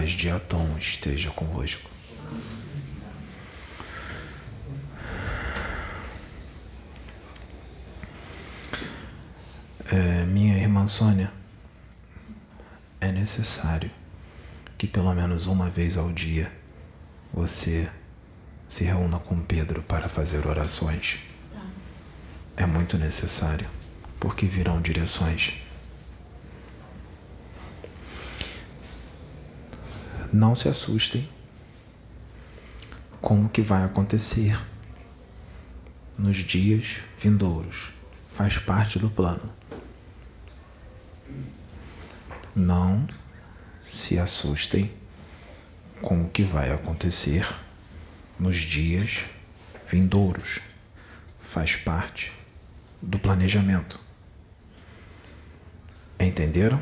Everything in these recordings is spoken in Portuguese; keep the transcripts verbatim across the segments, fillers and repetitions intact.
paz de Atom esteja convosco. É, minha irmã Sônia, é necessário que pelo menos uma vez ao dia você se reúna com Pedro para fazer orações. É muito necessário, porque virão direções. Não se assustem com o que vai acontecer nos dias vindouros. Faz parte do plano. Não se assustem com o que vai acontecer nos dias vindouros. Faz parte do planejamento. Entenderam?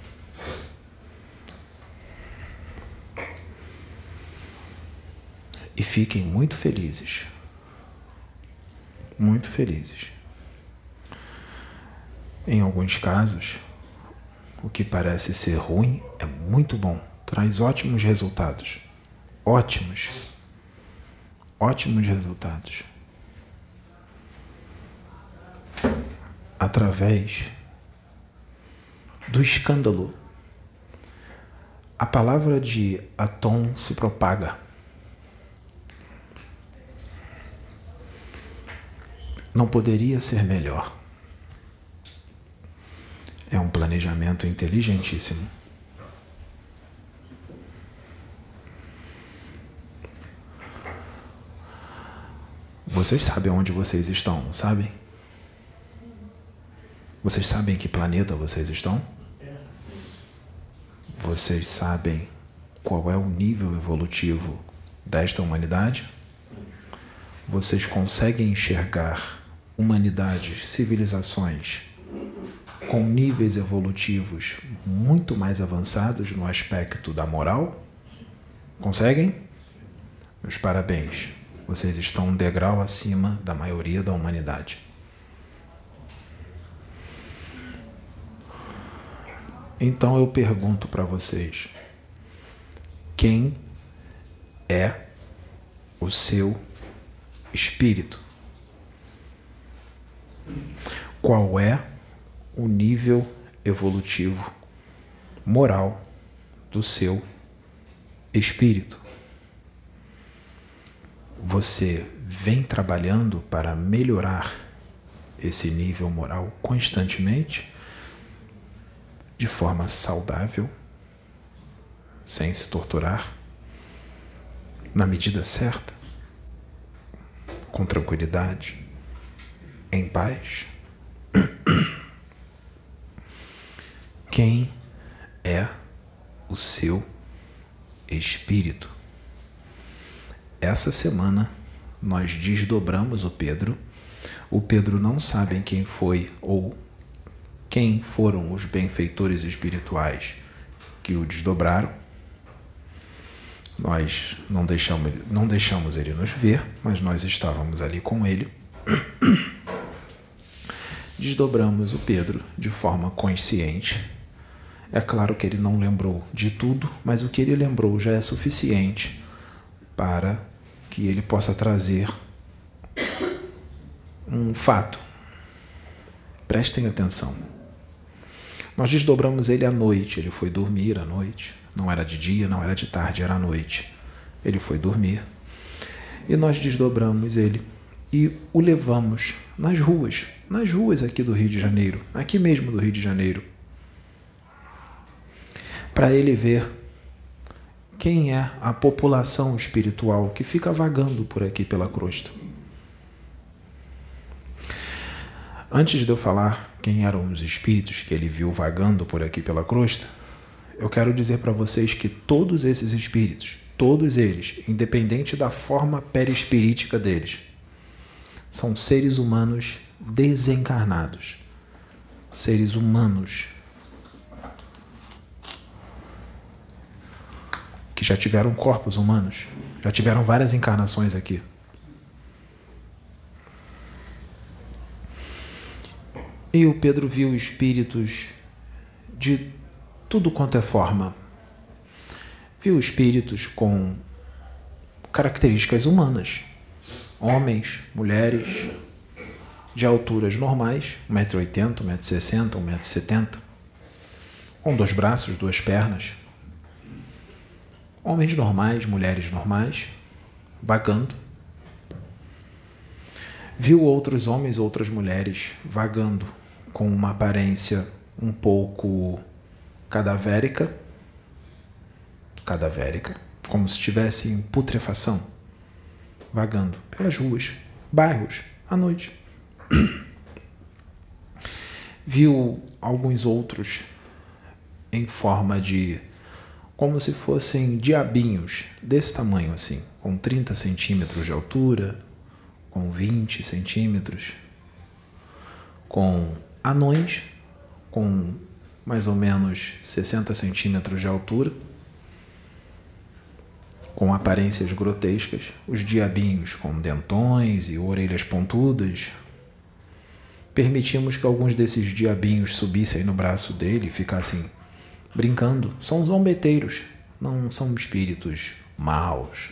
E fiquem muito felizes. Muito felizes. Em alguns casos, o que parece ser ruim é muito bom. Traz ótimos resultados. Ótimos. Ótimos resultados. Através do escândalo, a palavra de Atom se propaga. Não poderia ser melhor. É um planejamento inteligentíssimo. Vocês sabem onde vocês estão, não sabem? Vocês sabem em que planeta vocês estão? Vocês sabem qual é o nível evolutivo desta humanidade? Vocês conseguem enxergar humanidades, civilizações com níveis evolutivos muito mais avançados no aspecto da moral? Conseguem? Meus parabéns. Vocês estão um degrau acima da maioria da humanidade. Então eu pergunto para vocês: quem é o seu espírito? Qual é o nível evolutivo moral do seu espírito? Você vem trabalhando para melhorar esse nível moral constantemente, de forma saudável, sem se torturar, na medida certa, com tranquilidade, em paz? Quem é o seu espírito? Essa semana nós desdobramos o Pedro. O Pedro não sabe quem foi ou quem foram os benfeitores espirituais que o desdobraram. Nós não deixamos, não deixamos ele nos ver, mas nós estávamos ali com ele. Desdobramos o Pedro de forma consciente. É claro que ele não lembrou de tudo, mas o que ele lembrou já é suficiente para que ele possa trazer um fato. Prestem atenção. Nós desdobramos ele à noite, ele foi dormir à noite. Não era de dia, não era de tarde, era à noite. Ele foi dormir. E nós desdobramos ele e o levamos nas ruas, nas ruas aqui do Rio de Janeiro, aqui mesmo do Rio de Janeiro, para ele ver quem é a população espiritual que fica vagando por aqui pela crosta. Antes de eu falar quem eram os espíritos que ele viu vagando por aqui pela crosta, eu quero dizer para vocês que todos esses espíritos, todos eles, independente da forma perispirítica deles, são seres humanos desencarnados. Seres humanos que já tiveram corpos humanos, já tiveram várias encarnações aqui. E o Pedro viu espíritos de tudo quanto é forma. Viu espíritos com características humanas, homens, mulheres, de alturas normais, um metro e oitenta, um metro e sessenta, um metro e setenta, com dois braços, duas pernas. Homens normais, mulheres normais, vagando. Viu outros homens, outras mulheres vagando com uma aparência um pouco cadavérica, cadavérica, como se estivesse em putrefação, vagando pelas ruas, bairros, à noite. Viu alguns outros em forma de, como se fossem diabinhos, desse tamanho assim, com trinta centímetros de altura, com vinte centímetros, com anões, com mais ou menos sessenta centímetros de altura, com aparências grotescas, os diabinhos com dentões e orelhas pontudas. Permitimos que alguns desses diabinhos subissem no braço dele e ficassem brincando. São zombeteiros, não são espíritos maus.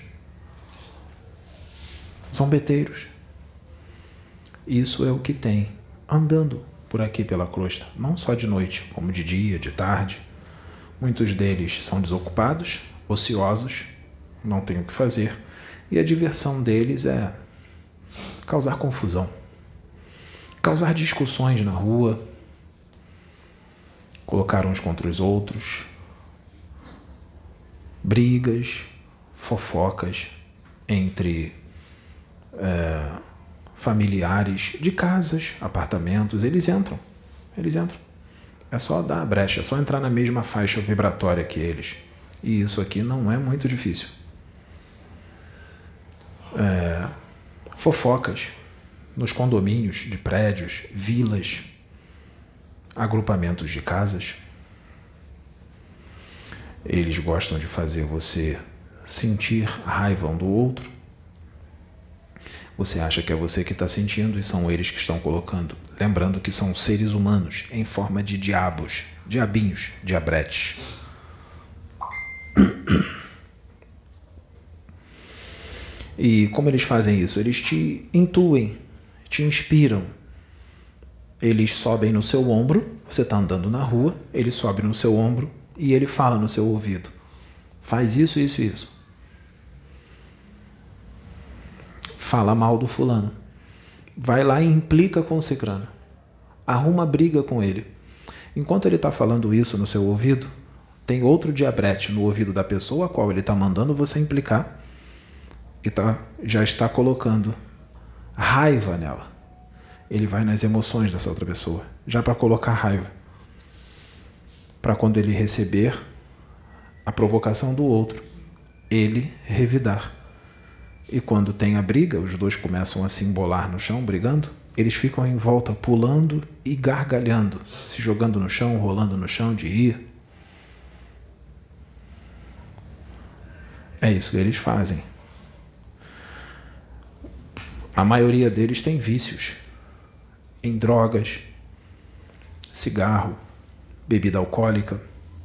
Zombeteiros. Isso é o que tem andando por aqui pela crosta, não só de noite, como de dia, de tarde. Muitos deles são desocupados, ociosos, não têm o que fazer, e a diversão deles é causar confusão, causar discussões na rua, colocar uns contra os outros, brigas, fofocas entre é, familiares de casas, apartamentos. Eles entram, eles entram. É só dar a brecha, é só entrar na mesma faixa vibratória que eles. E isso aqui não é muito difícil. É, fofocas nos condomínios de prédios, vilas, agrupamentos de casas. Eles gostam de fazer você sentir raiva um do outro. Você acha que é você que está sentindo e são eles que estão colocando. Lembrando que são seres humanos em forma de diabos, diabinhos, diabretes. E como eles fazem isso? Eles te intuem, te inspiram. Eles sobem no seu ombro, você está andando na rua, ele sobe no seu ombro e ele fala no seu ouvido. Faz isso, isso, isso. Fala mal do fulano. Vai lá e implica com o cicrano. Arruma briga com ele. Enquanto ele está falando isso no seu ouvido, tem outro diabrete no ouvido da pessoa a qual ele está mandando você implicar e tá, já está colocando raiva nela. Ele vai nas emoções dessa outra pessoa, já para colocar raiva. Para quando ele receber a provocação do outro, ele revidar. E quando tem a briga, os dois começam a se embolar no chão, brigando, eles ficam em volta, pulando e gargalhando, se jogando no chão, rolando no chão de rir. É isso que eles fazem. A maioria deles tem vícios em drogas, cigarro, bebida alcoólica.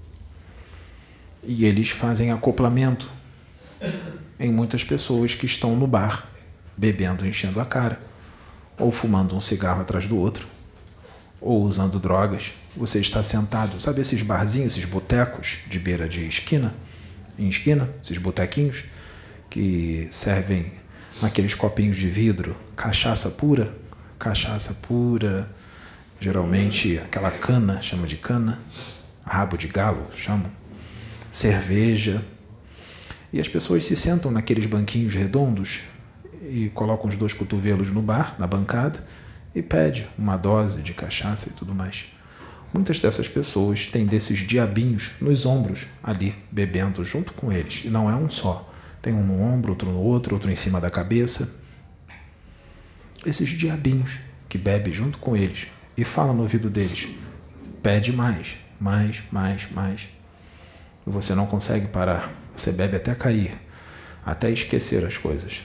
E eles fazem acoplamento em muitas pessoas que estão no bar, bebendo, enchendo a cara, ou fumando um cigarro atrás do outro, ou usando drogas. Você está sentado, sabe esses barzinhos, esses botecos de beira de esquina, em esquina, esses botequinhos, que servem naqueles copinhos de vidro, cachaça pura, cachaça pura, geralmente aquela cana, chama de cana, rabo de galo, chamam, cerveja. E as pessoas se sentam naqueles banquinhos redondos e colocam os dois cotovelos no bar, na bancada, e pede uma dose de cachaça e tudo mais. Muitas dessas pessoas têm desses diabinhos nos ombros ali, bebendo junto com eles. E não é um só. Tem um no ombro, outro no outro, outro em cima da cabeça. Esses diabinhos que bebem junto com eles e falam no ouvido deles. Pede mais, mais, mais, mais. E você não consegue parar. Você bebe até cair, até esquecer as coisas.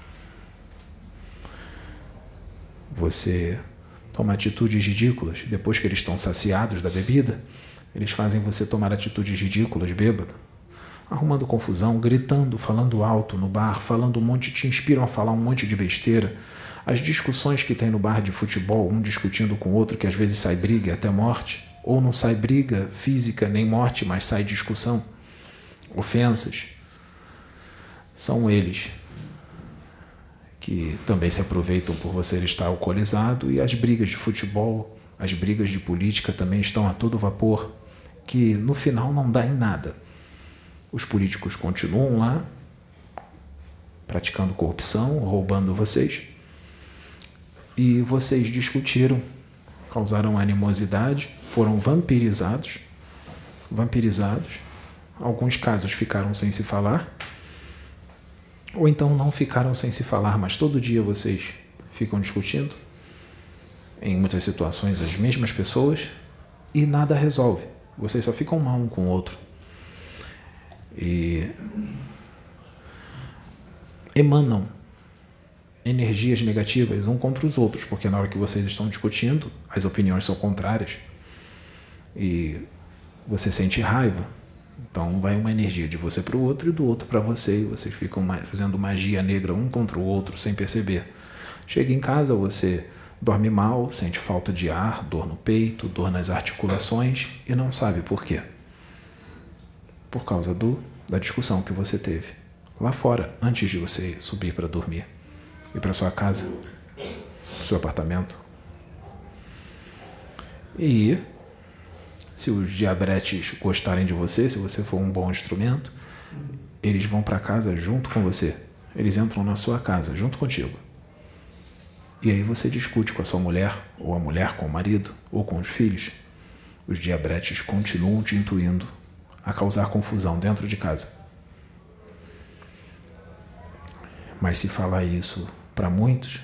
Você toma atitudes ridículas. Depois que eles estão saciados da bebida, eles fazem você tomar atitudes ridículas, bêbado. arrumando confusão, gritando, falando alto no bar, falando um monte, te inspiram a falar um monte de besteira. As discussões que tem no bar de futebol, um discutindo com o outro, que às vezes sai briga e até morte, ou não sai briga física nem morte, mas sai discussão, ofensas, são eles que também se aproveitam por você estar alcoolizado, e as brigas de futebol, as brigas de política também estão a todo vapor, que no final não dá em nada. Os políticos continuam lá, praticando corrupção, roubando vocês, e vocês discutiram, causaram animosidade, foram vampirizados, vampirizados, alguns casos ficaram sem se falar, ou então não ficaram sem se falar, mas todo dia vocês ficam discutindo, em muitas situações as mesmas pessoas, e nada resolve. Vocês só ficam mal um com o outro. E emanam energias negativas um contra os outros, porque na hora que vocês estão discutindo, as opiniões são contrárias e você sente raiva. Então vai uma energia de você para o outro e do outro para você, e vocês ficam fazendo magia negra um contra o outro sem perceber. Chega em casa, você dorme mal, sente falta de ar, dor no peito, dor nas articulações e não sabe por quê. Por causa do, da discussão que você teve lá fora, antes de você subir para dormir, ir para sua casa, para o seu apartamento. E se os diabretes gostarem de você, se você for um bom instrumento, eles vão para casa junto com você. Eles entram na sua casa junto contigo. E aí você discute com a sua mulher, ou a mulher com o marido, ou com os filhos. Os diabretes continuam te intuindo a causar confusão dentro de casa. Mas se falar isso para muitos,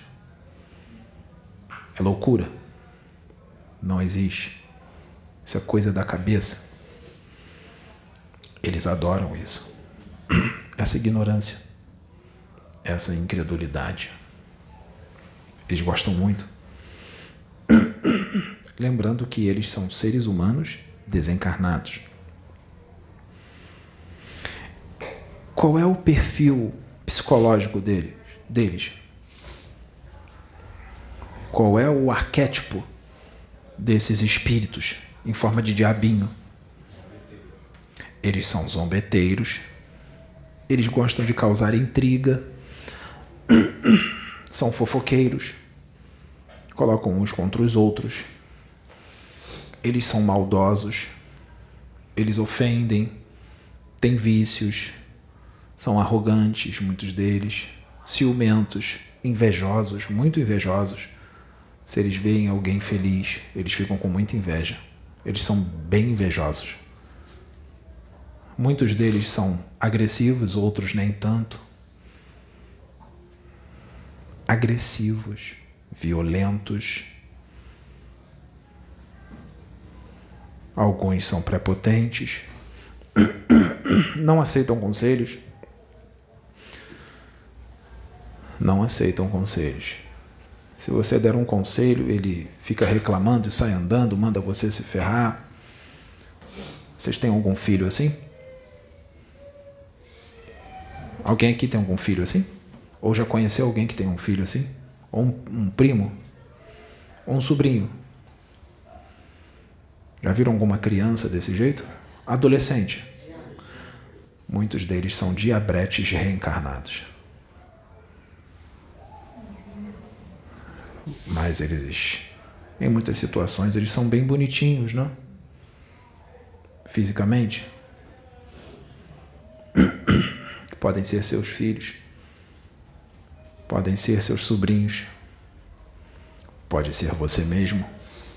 é loucura. Não existe. Isso é coisa da cabeça. Eles adoram isso. Essa ignorância, essa incredulidade. Eles gostam muito. Lembrando que eles são seres humanos desencarnados. Qual é o perfil psicológico deles? deles? Qual é o arquétipo desses espíritos em forma de diabinho? Eles são zombeteiros, eles gostam de causar intriga, são fofoqueiros, colocam uns contra os outros, eles são maldosos, eles ofendem, têm vícios, são arrogantes, muitos deles, ciumentos, invejosos, muito invejosos. Se eles veem alguém feliz, eles ficam com muita inveja. Eles são bem invejosos. Muitos deles são agressivos, outros nem tanto. Agressivos, violentos. Alguns são prepotentes, não aceitam conselhos. Não aceitam conselhos. Se você der um conselho, ele fica reclamando e sai andando, manda você se ferrar. Vocês têm algum filho assim? Alguém aqui tem algum filho assim? Ou já conheceu alguém que tem um filho assim? Ou um, um primo? Ou um sobrinho? Já viram alguma criança desse jeito? Adolescente. Muitos deles são diabretes reencarnados. Mas eles, em muitas situações, eles são bem bonitinhos, não? Fisicamente. Podem ser seus filhos. Podem ser seus sobrinhos. Pode ser você mesmo.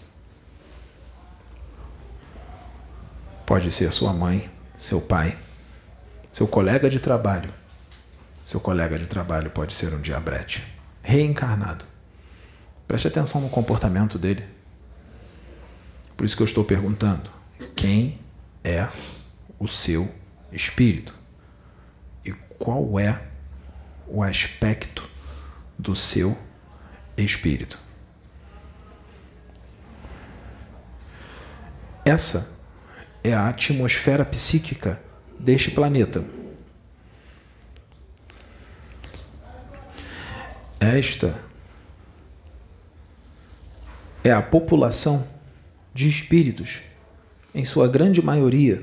Pode ser sua mãe, seu pai, seu colega de trabalho. Seu colega de trabalho pode ser um diabrete reencarnado. Preste atenção no comportamento dele. Por isso que eu estou perguntando: quem é o seu espírito? E qual é o aspecto do seu espírito? Essa é a atmosfera psíquica deste planeta. Esta é a população de espíritos, em sua grande maioria,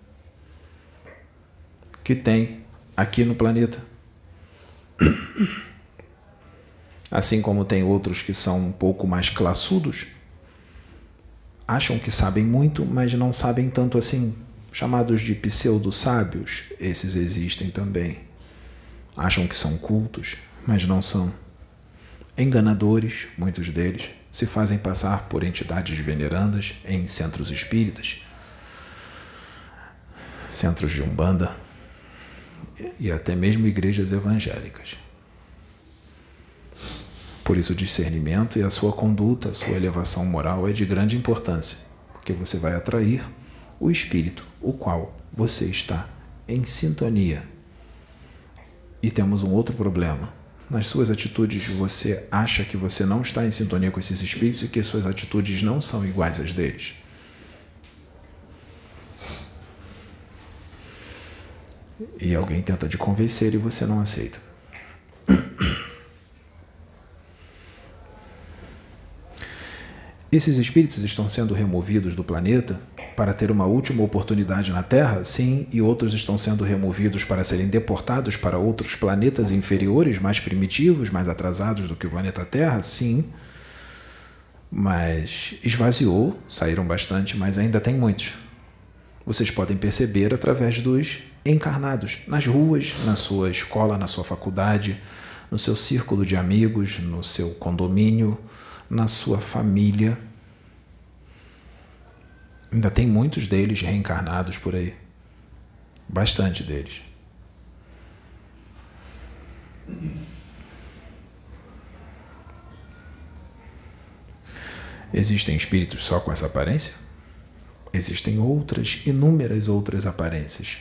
que tem aqui no planeta. Assim como tem outros que são um pouco mais classudos, acham que sabem muito, mas não sabem tanto assim, chamados de pseudo-sábios, esses existem também. Acham que são cultos, mas não são. Enganadores, muitos deles, se fazem passar por entidades venerandas em centros espíritas, centros de umbanda e até mesmo igrejas evangélicas. Por isso o discernimento e a sua conduta, a sua elevação moral é de grande importância, porque você vai atrair o espírito, o qual você está em sintonia. E temos um outro problema. Nas suas atitudes, você acha que você não está em sintonia com esses espíritos e que suas atitudes não são iguais às deles. E alguém tenta te convencer e você não aceita. Esses espíritos estão sendo removidos do planeta para ter uma última oportunidade na Terra? Sim, e outros estão sendo removidos para serem deportados para outros planetas inferiores, mais primitivos, mais atrasados do que o planeta Terra? Sim, mas esvaziou, saíram bastante, mas ainda tem muitos. Vocês podem perceber através dos encarnados, nas ruas, na sua escola, na sua faculdade, no seu círculo de amigos, no seu condomínio, na sua família. Ainda tem muitos deles reencarnados por aí. Bastante deles. Existem espíritos só com essa aparência? Existem outras, inúmeras outras aparências.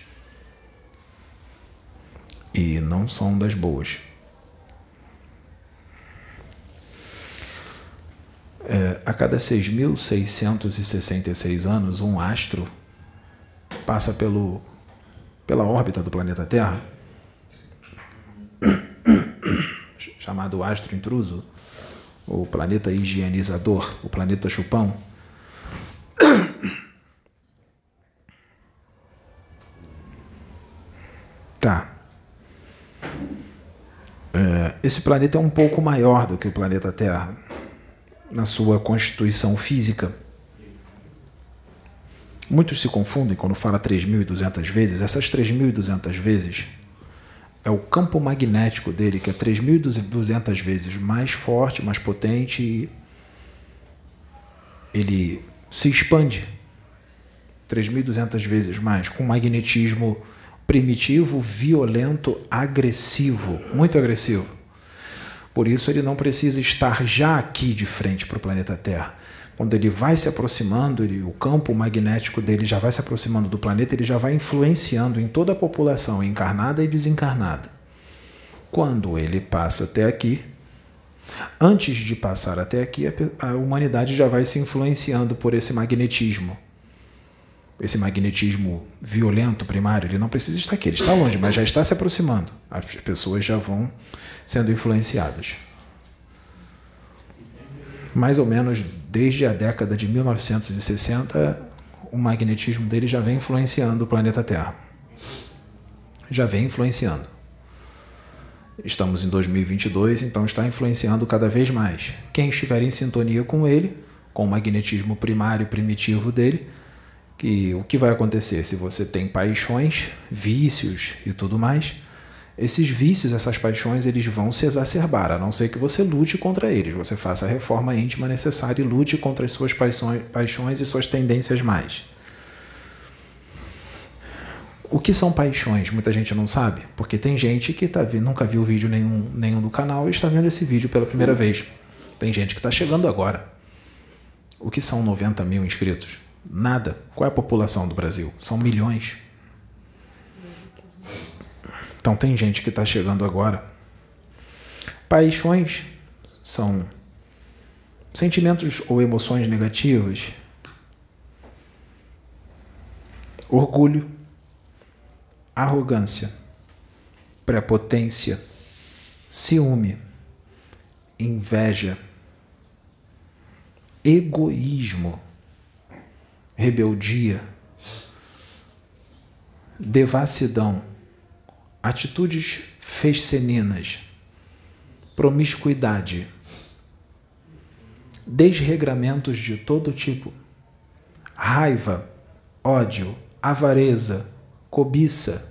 E não são das boas. É, a cada seis mil seiscentos e sessenta e seis anos, um astro passa pelo, pela órbita do planeta Terra, chamado astro intruso, o planeta higienizador, o planeta chupão. Tá. É, esse planeta é um pouco maior do que o planeta Terra na sua constituição física. Muitos se confundem quando fala três mil e duzentas vezes. Essas três mil e duzentas vezes é o campo magnético dele, que é três mil e duzentas vezes mais forte, mais potente, e ele se expande três mil e duzentas vezes mais, com um magnetismo primitivo, violento, agressivo, muito agressivo. Por isso ele não precisa estar já aqui de frente para o planeta Terra. Quando ele vai se aproximando, ele, o campo magnético dele já vai se aproximando do planeta, ele já vai influenciando em toda a população, encarnada e desencarnada. Quando ele passa até aqui, antes de passar até aqui, a, a humanidade já vai se influenciando por esse magnetismo. Esse magnetismo violento, primário, ele não precisa estar aqui, ele está longe, mas já está se aproximando. As pessoas já vão sendo influenciadas. Mais ou menos desde a década de mil novecentos e sessenta, o magnetismo dele já vem influenciando o planeta Terra. Já vem influenciando. Estamos em dois mil e vinte e dois, então está influenciando cada vez mais. Quem estiver em sintonia com ele, com o magnetismo primário e primitivo dele, que o que vai acontecer? Se você tem paixões, vícios e tudo mais, esses vícios, essas paixões, eles vão se exacerbar, a não ser que você lute contra eles. Você faça a reforma íntima necessária e lute contra as suas paixões, paixões e suas tendências mais. O que são paixões? Muita gente não sabe, porque tem gente que tá, nunca viu vídeo nenhum, nenhum do canal e está vendo esse vídeo pela primeira vez. Tem gente que está chegando agora. O que são noventa mil inscritos? Nada. Qual é a população do Brasil? São milhões. Então tem gente que está chegando agora. Paixões são sentimentos ou emoções negativas. Orgulho, arrogância, prepotência, ciúme, inveja, egoísmo, rebeldia, devassidão, atitudes fesceninas, promiscuidade, desregramentos de todo tipo, raiva, ódio, avareza, cobiça,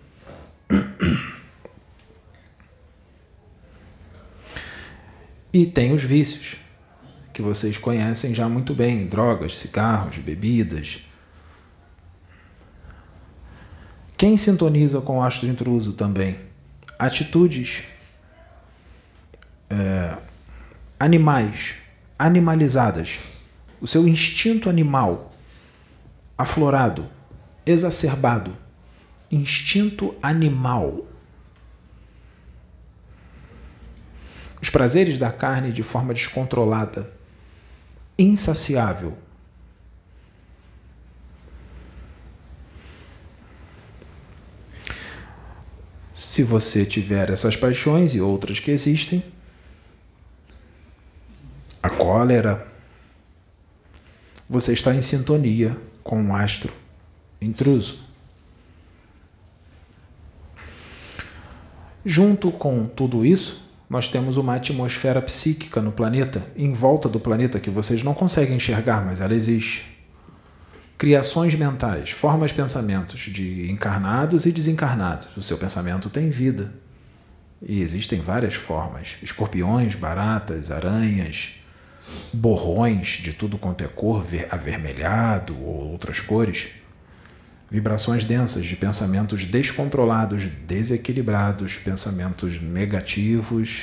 e tem os vícios, que vocês conhecem já muito bem, drogas, cigarros, bebidas. Quem sintoniza com o astro intruso também? Atitudes é, animais, animalizadas. O seu instinto animal aflorado, exacerbado. Instinto animal. Os prazeres da carne de forma descontrolada, insaciável. Se você tiver essas paixões e outras que existem, a cólera, você está em sintonia com o astro intruso. Junto com tudo isso, nós temos uma atmosfera psíquica no planeta, em volta do planeta, que vocês não conseguem enxergar, mas ela existe. Criações mentais, formas, pensamentos de encarnados e desencarnados. O seu pensamento tem vida. E existem várias formas. Escorpiões, baratas, aranhas, borrões de tudo quanto é cor, avermelhado ou outras cores. Vibrações densas de pensamentos descontrolados, desequilibrados, pensamentos negativos,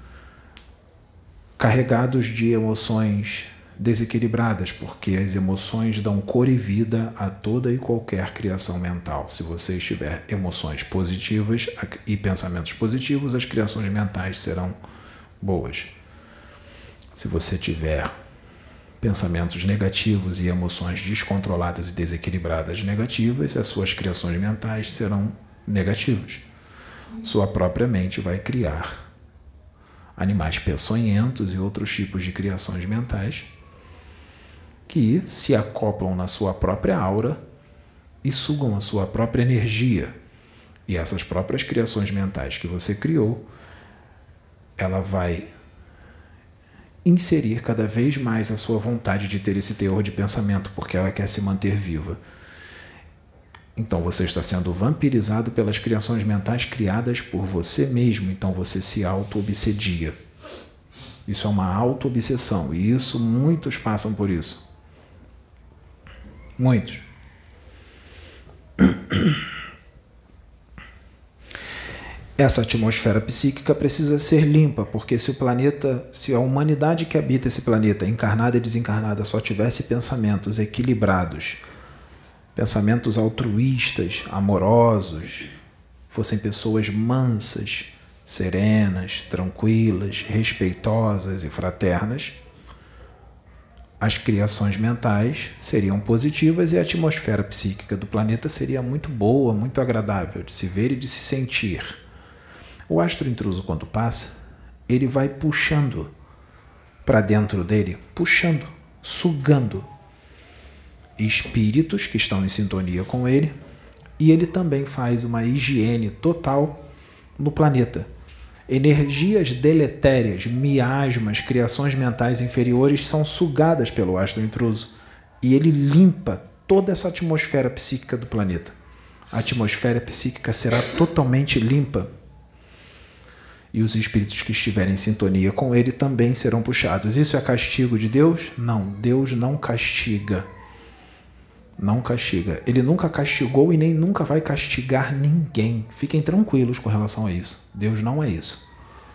carregados de emoções desequilibradas, porque as emoções dão cor e vida a toda e qualquer criação mental. Se você tiver emoções positivas e pensamentos positivos, as criações mentais serão boas. Se você tiver pensamentos negativos e emoções descontroladas e desequilibradas negativas, as suas criações mentais serão negativas. Sua própria mente vai criar animais peçonhentos e outros tipos de criações mentais que se acoplam na sua própria aura e sugam a sua própria energia. E essas próprias criações mentais que você criou, ela vai inserir cada vez mais a sua vontade de ter esse teor de pensamento, porque ela quer se manter viva. Então você está sendo vampirizado pelas criações mentais criadas por você mesmo, então você se auto-obsedia. Isso é uma auto-obsessão, e isso muitos passam por isso. Muitos. Essa atmosfera psíquica precisa ser limpa, porque se o planeta, se a humanidade que habita esse planeta, encarnada e desencarnada, só tivesse pensamentos equilibrados, pensamentos altruístas, amorosos, fossem pessoas mansas, serenas, tranquilas, respeitosas e fraternas, as criações mentais seriam positivas e a atmosfera psíquica do planeta seria muito boa, muito agradável de se ver e de se sentir. O astro intruso, quando passa, ele vai puxando para dentro dele, puxando, sugando espíritos que estão em sintonia com ele, e ele também faz uma higiene total no planeta. Energias deletérias, miasmas, criações mentais inferiores são sugadas pelo astro intruso, e ele limpa toda essa atmosfera psíquica do planeta. A atmosfera psíquica será totalmente limpa, e os espíritos que estiverem em sintonia com ele também serão puxados. Isso é castigo de Deus? Não, Deus não castiga. Não castiga. Ele nunca castigou e nem nunca vai castigar ninguém. Fiquem tranquilos com relação a isso. Deus não é isso.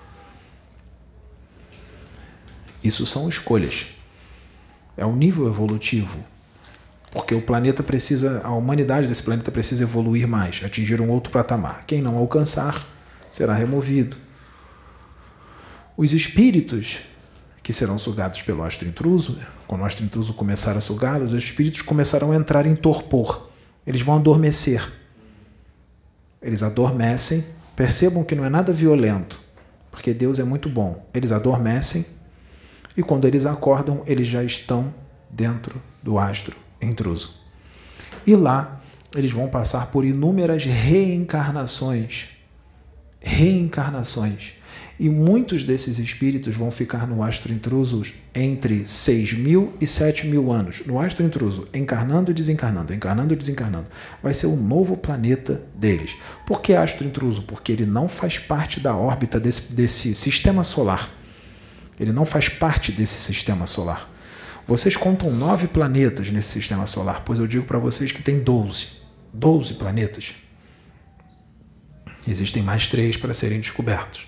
Isso são escolhas. É o nível evolutivo. Porque o planeta precisa, a humanidade desse planeta precisa evoluir mais, atingir um outro patamar. Quem não alcançar será removido. Os espíritos que serão sugados pelo astro intruso, quando o astro intruso começar a sugá-los, os espíritos começarão a entrar em torpor. Eles vão adormecer. eles adormecem, percebam que não é nada violento, porque Deus é muito bom. Eles adormecem e quando eles acordam, eles já estão dentro do astro intruso. E lá, eles vão passar por inúmeras reencarnações. Reencarnações. E muitos desses espíritos vão ficar no astro intruso entre seis mil e sete mil anos. No astro intruso, encarnando e desencarnando, encarnando e desencarnando. Vai ser o novo planeta deles. Por que astro intruso? Porque ele não faz parte da órbita desse, desse sistema solar. Ele não faz parte desse sistema solar. Vocês contam nove planetas nesse sistema solar, pois eu digo para vocês que tem doze. doze planetas. Existem mais três para serem descobertos.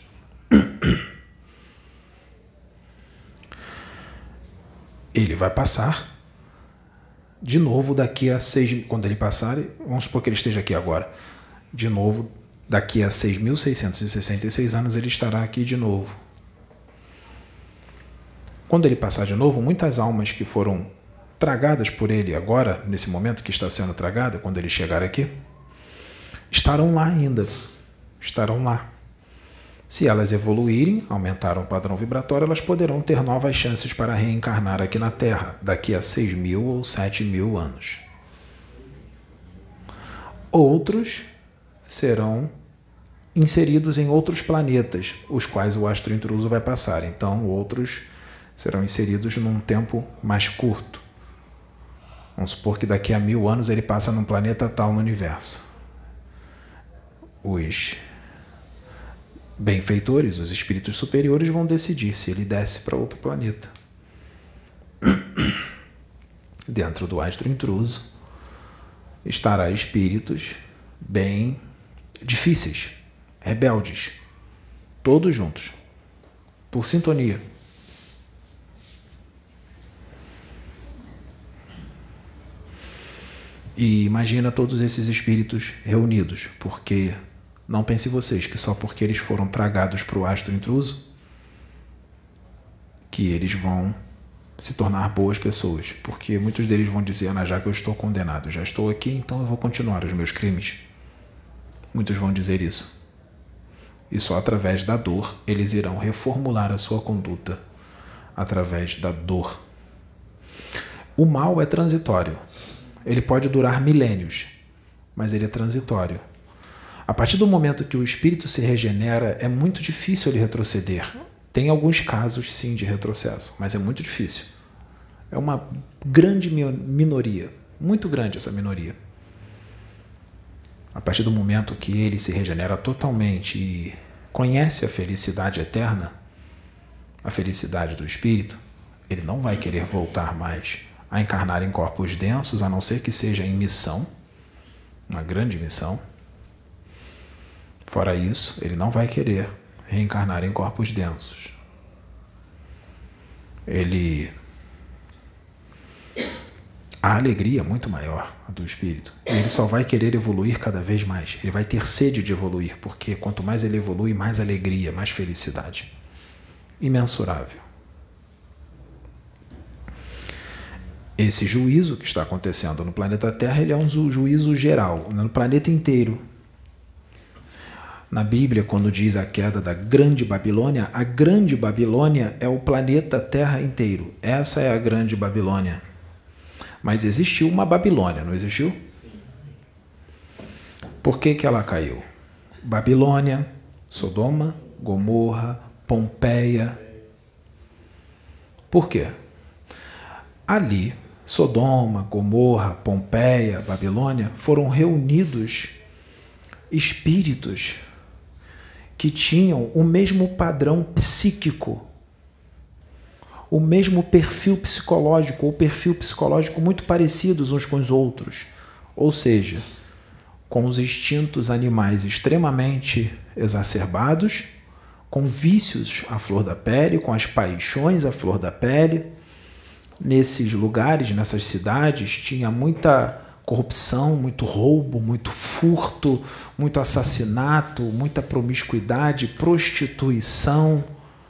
Ele vai passar de novo daqui a seis... Quando ele passar, vamos supor que ele esteja aqui agora. De novo, daqui a seis mil seiscentos e sessenta e seis anos, ele estará aqui de novo. Quando ele passar de novo, muitas almas que foram tragadas por ele agora, nesse momento que está sendo tragada, quando ele chegar aqui, estarão lá ainda. Estarão lá. Se elas evoluírem, aumentaram o padrão vibratório, elas poderão ter novas chances para reencarnar aqui na Terra, daqui a seis mil ou sete mil anos. Outros serão inseridos em outros planetas, os quais o astro intruso vai passar. Então, outros serão inseridos num tempo mais curto. Vamos supor que daqui a mil anos ele passa num planeta tal no universo. Os benfeitores, os espíritos superiores, vão decidir se ele desce para outro planeta. Dentro do astro intruso estará espíritos bem difíceis, rebeldes, todos juntos, por sintonia. E imagina todos esses espíritos reunidos, porque não pense vocês que só porque eles foram tragados para o astro intruso que eles vão se tornar boas pessoas, porque muitos deles vão dizer, ah, já que eu estou condenado, já estou aqui, então eu vou continuar os meus crimes. Muitos vão dizer isso. E só através da dor eles irão reformular a sua conduta, através da dor. O mal é transitório. Ele pode durar milênios, mas ele é transitório. A partir do momento que o espírito se regenera, é muito difícil ele retroceder. Tem alguns casos, sim, de retrocesso, mas é muito difícil. É uma grande minoria, muito grande essa minoria. A partir do momento que ele se regenera totalmente e conhece a felicidade eterna, a felicidade do espírito, ele não vai querer voltar mais a encarnar em corpos densos, a não ser que seja em missão, uma grande missão. Fora isso, ele não vai querer reencarnar em corpos densos. Ele... A alegria é muito maior do espírito. Ele só vai querer evoluir cada vez mais. Ele vai ter sede de evoluir, porque quanto mais ele evolui, mais alegria, mais felicidade. Imensurável. Esse juízo que está acontecendo no planeta Terra, ele é um juízo geral, no planeta inteiro. Na Bíblia, quando diz a queda da Grande Babilônia, a Grande Babilônia é o planeta Terra inteiro. Essa é a Grande Babilônia. Mas existiu uma Babilônia, não existiu? Por que que ela caiu? Babilônia, Sodoma, Gomorra, Pompeia. Por quê? Ali, Sodoma, Gomorra, Pompeia, Babilônia, foram reunidos espíritos que tinham o mesmo padrão psíquico, o mesmo perfil psicológico, ou perfil psicológico muito parecidos uns com os outros. Ou seja, com os instintos animais extremamente exacerbados, com vícios à flor da pele, com as paixões à flor da pele. Nesses lugares, nessas cidades, tinha muita corrupção, muito roubo, muito furto, muito assassinato, muita promiscuidade, prostituição,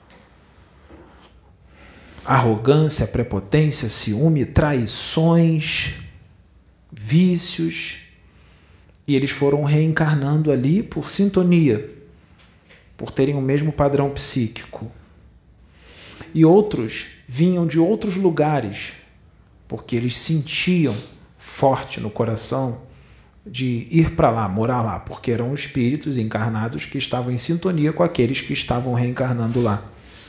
arrogância, prepotência, ciúme, traições, vícios. E eles foram reencarnando ali por sintonia, por terem o mesmo padrão psíquico. E outros vinham de outros lugares, porque eles sentiam forte no coração de ir para lá, morar lá, porque eram espíritos encarnados que estavam em sintonia com aqueles que estavam reencarnando lá.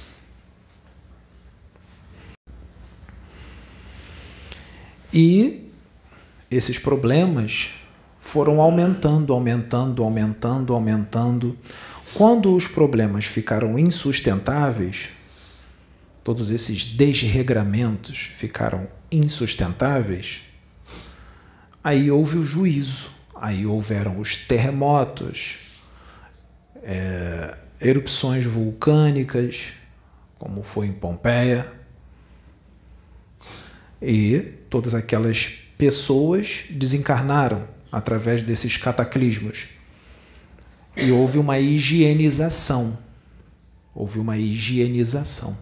E esses problemas foram aumentando, aumentando, aumentando, aumentando. Quando os problemas ficaram insustentáveis, todos esses desregramentos ficaram insustentáveis, aí houve o juízo, aí houveram os terremotos, é, erupções vulcânicas, como foi em Pompeia, e todas aquelas pessoas desencarnaram através desses cataclismos. E houve uma higienização, houve uma higienização,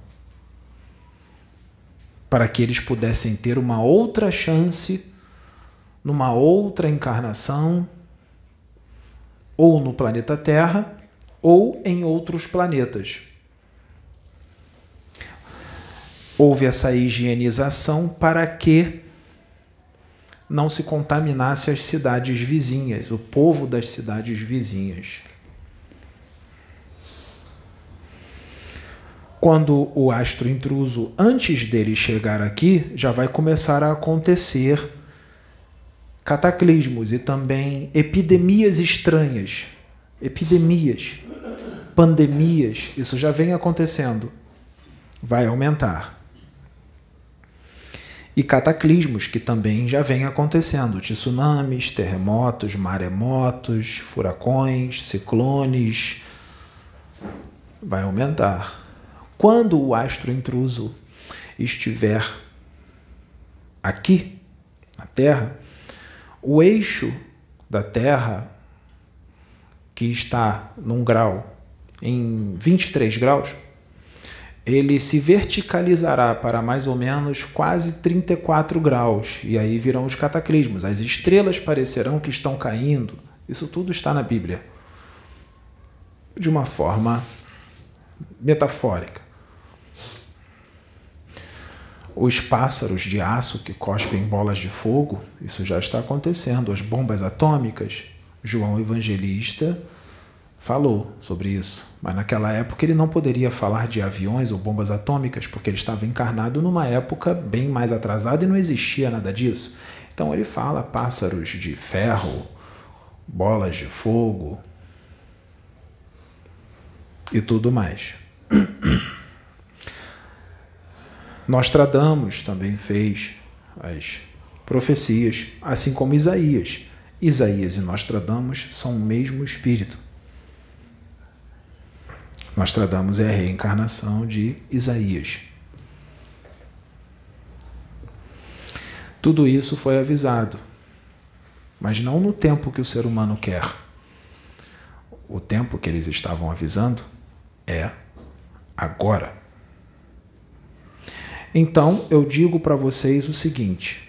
para que eles pudessem ter uma outra chance, numa outra encarnação, ou no planeta Terra, ou em outros planetas. Houve essa higienização para que não se contaminasse as cidades vizinhas, o povo das cidades vizinhas. Quando o astro intruso, antes dele chegar aqui, já vai começar a acontecer cataclismos e também epidemias estranhas, epidemias, pandemias, isso já vem acontecendo, vai aumentar. E cataclismos, que também já vem acontecendo, tsunamis, terremotos, maremotos, furacões, ciclones, vai aumentar. Quando o astro intruso estiver aqui, na Terra, o eixo da Terra, que está num grau, em vinte e três graus, ele se verticalizará para mais ou menos quase trinta e quatro graus, e aí virão os cataclismos. As estrelas parecerão que estão caindo. Isso tudo está na Bíblia, de uma forma metafórica. Os pássaros de aço que cospem bolas de fogo, isso já está acontecendo. As bombas atômicas, João Evangelista falou sobre isso, mas naquela época ele não poderia falar de aviões ou bombas atômicas, porque ele estava encarnado numa época bem mais atrasada e não existia nada disso. Então ele fala pássaros de ferro, bolas de fogo e tudo mais. Nostradamus também fez as profecias, assim como Isaías. Isaías e Nostradamus são o mesmo espírito. Nostradamus é a reencarnação de Isaías. Tudo isso foi avisado, mas não no tempo que o ser humano quer. O tempo que eles estavam avisando é agora. Então, eu digo para vocês o seguinte: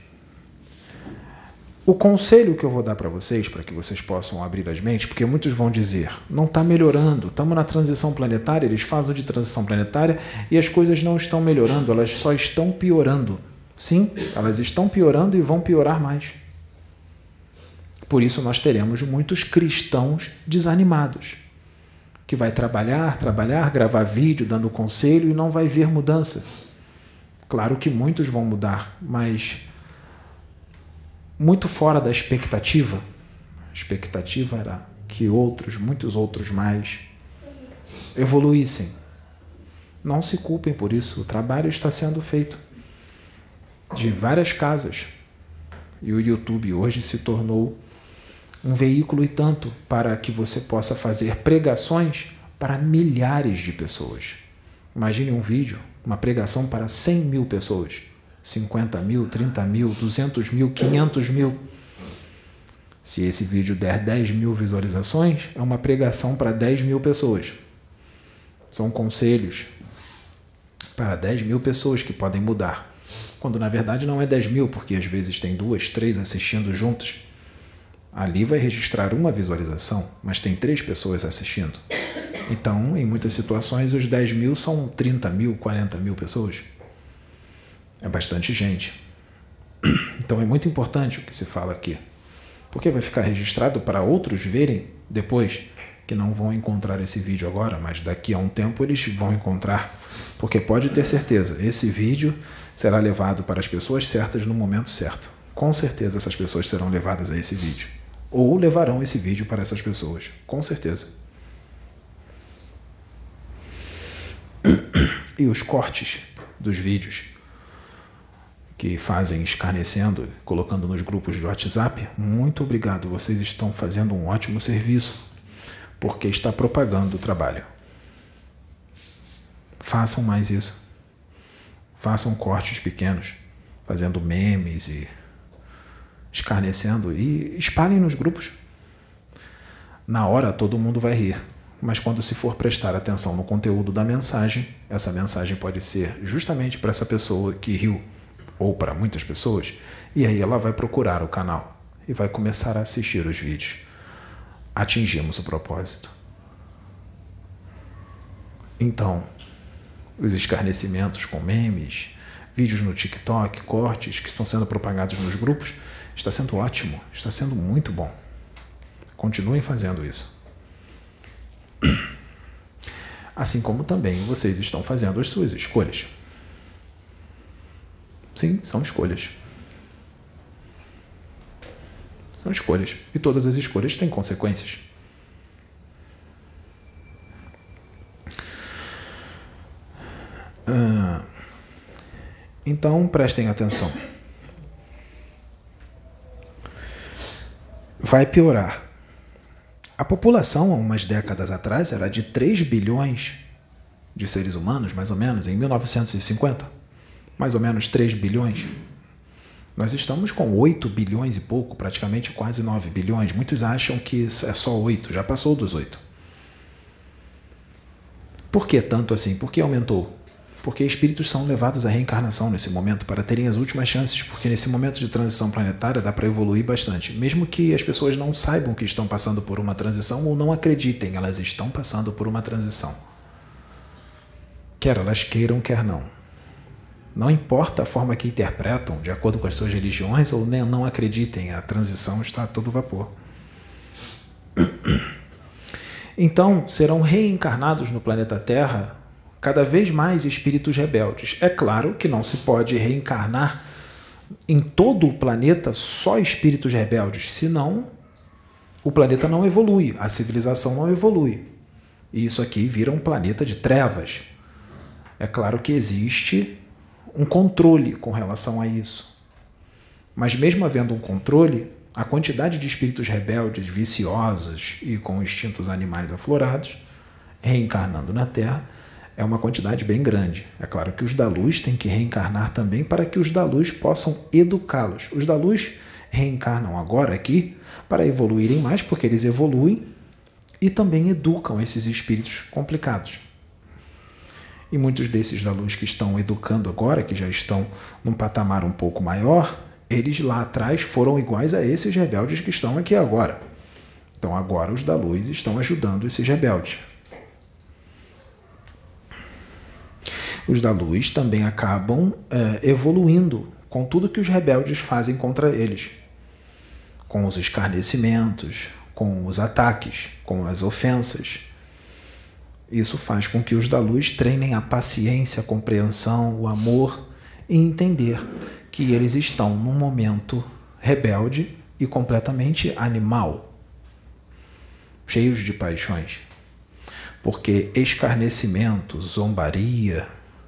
o conselho que eu vou dar para vocês, para que vocês possam abrir as mentes, porque muitos vão dizer, não está melhorando, estamos na transição planetária, eles fazem de transição planetária e as coisas não estão melhorando, elas só estão piorando. Sim, elas estão piorando e vão piorar mais. Por isso nós teremos muitos cristãos desanimados, que vai trabalhar, trabalhar, gravar vídeo, dando conselho e não vai ver mudança. Claro que muitos vão mudar, mas muito fora da expectativa. A expectativa era que outros, muitos outros mais, evoluíssem. Não se culpem por isso, o trabalho está sendo feito de várias casas. E o YouTube hoje se tornou um veículo e tanto para que você possa fazer pregações para milhares de pessoas. Imagine um vídeo, uma pregação para cem mil pessoas. cinquenta mil, trinta mil, duzentos mil, quinhentos mil. Se esse vídeo der dez mil visualizações, é uma pregação para dez mil pessoas. São conselhos para dez mil pessoas que podem mudar. Quando na verdade não é dez mil, porque às vezes tem duas, três assistindo juntas. Ali vai registrar uma visualização, mas tem três pessoas assistindo. Então, em muitas situações, os dez mil são trinta mil, quarenta mil pessoas. É bastante gente. Então, é muito importante o que se fala aqui. Porque vai ficar registrado para outros verem depois, que não vão encontrar esse vídeo agora, mas daqui a um tempo eles vão encontrar. Porque pode ter certeza, esse vídeo será levado para as pessoas certas no momento certo. Com certeza essas pessoas serão levadas a esse vídeo. Ou levarão esse vídeo para essas pessoas. Com certeza. E os cortes dos vídeos que fazem escarnecendo, colocando nos grupos de WhatsApp, muito obrigado. Vocês estão fazendo um ótimo serviço, porque está propagando o trabalho. Façam mais isso. Façam cortes pequenos, fazendo memes e escarnecendo, e espalhem nos grupos. Na hora todo mundo vai rir, mas quando se for prestar atenção no conteúdo da mensagem, essa mensagem pode ser justamente para essa pessoa que riu, ou para muitas pessoas, e aí ela vai procurar o canal e vai começar a assistir os vídeos. Atingimos o propósito. Então, os escarnecimentos com memes, vídeos no TikTok, cortes que estão sendo propagados nos grupos, está sendo ótimo, está sendo muito bom. Continuem fazendo isso. Assim como também vocês estão fazendo as suas escolhas. Sim, são escolhas. São escolhas. E todas as escolhas têm consequências. Ah, então, prestem atenção. Vai piorar. A população, há umas décadas atrás, era de três bilhões de seres humanos, mais ou menos, em mil novecentos e cinquenta. Mais ou menos três bilhões. Nós estamos com oito bilhões e pouco, praticamente quase nove bilhões. Muitos acham que é só oito, já passou dos oito. Por que tanto assim? Por que aumentou? Porque espíritos são levados à reencarnação nesse momento para terem as últimas chances, porque nesse momento de transição planetária dá para evoluir bastante. Mesmo que as pessoas não saibam que estão passando por uma transição ou não acreditem, elas estão passando por uma transição. Quer elas queiram, quer não. Não importa a forma que interpretam, de acordo com as suas religiões, ou nem não acreditem, a transição está a todo vapor. Então, serão reencarnados no planeta Terra cada vez mais espíritos rebeldes. É claro que não se pode reencarnar em todo o planeta só espíritos rebeldes, senão o planeta não evolui, a civilização não evolui. E isso aqui vira um planeta de trevas. É claro que existe um controle com relação a isso. Mas mesmo havendo um controle, a quantidade de espíritos rebeldes, viciosos e com instintos animais aflorados, reencarnando na Terra, é uma quantidade bem grande. É claro que os da luz têm que reencarnar também para que os da luz possam educá-los. Os da luz reencarnam agora aqui para evoluírem mais, porque eles evoluem e também educam esses espíritos complicados. E muitos desses da luz que estão educando agora, que já estão num patamar um pouco maior, eles lá atrás foram iguais a esses rebeldes que estão aqui agora. Então agora os da luz estão ajudando esses rebeldes. Os da luz também acabam é, evoluindo com tudo que os rebeldes fazem contra eles. Com os escarnecimentos, com os ataques, com as ofensas. Isso faz com que os da luz treinem a paciência, a compreensão, o amor e entender que eles estão num momento rebelde e completamente animal, cheios de paixões. Porque escarnecimento, zombaria,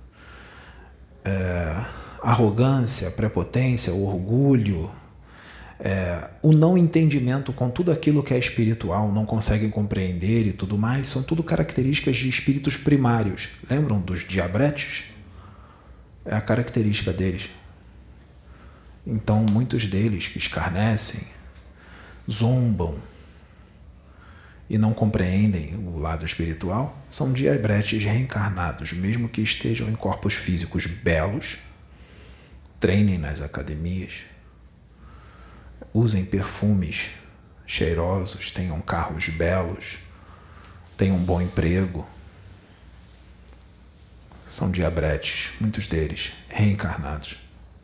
é, arrogância, prepotência, orgulho, é, o não entendimento com tudo aquilo que é espiritual, não conseguem compreender e tudo mais, são tudo características de espíritos primários. Lembram dos diabretes? É a característica deles. Então, muitos deles que escarnecem, zombam e não compreendem o lado espiritual, são diabretes reencarnados, mesmo que estejam em corpos físicos belos, treinem nas academias, usem perfumes cheirosos, tenham carros belos, tenham um bom emprego. São diabretes, muitos deles reencarnados.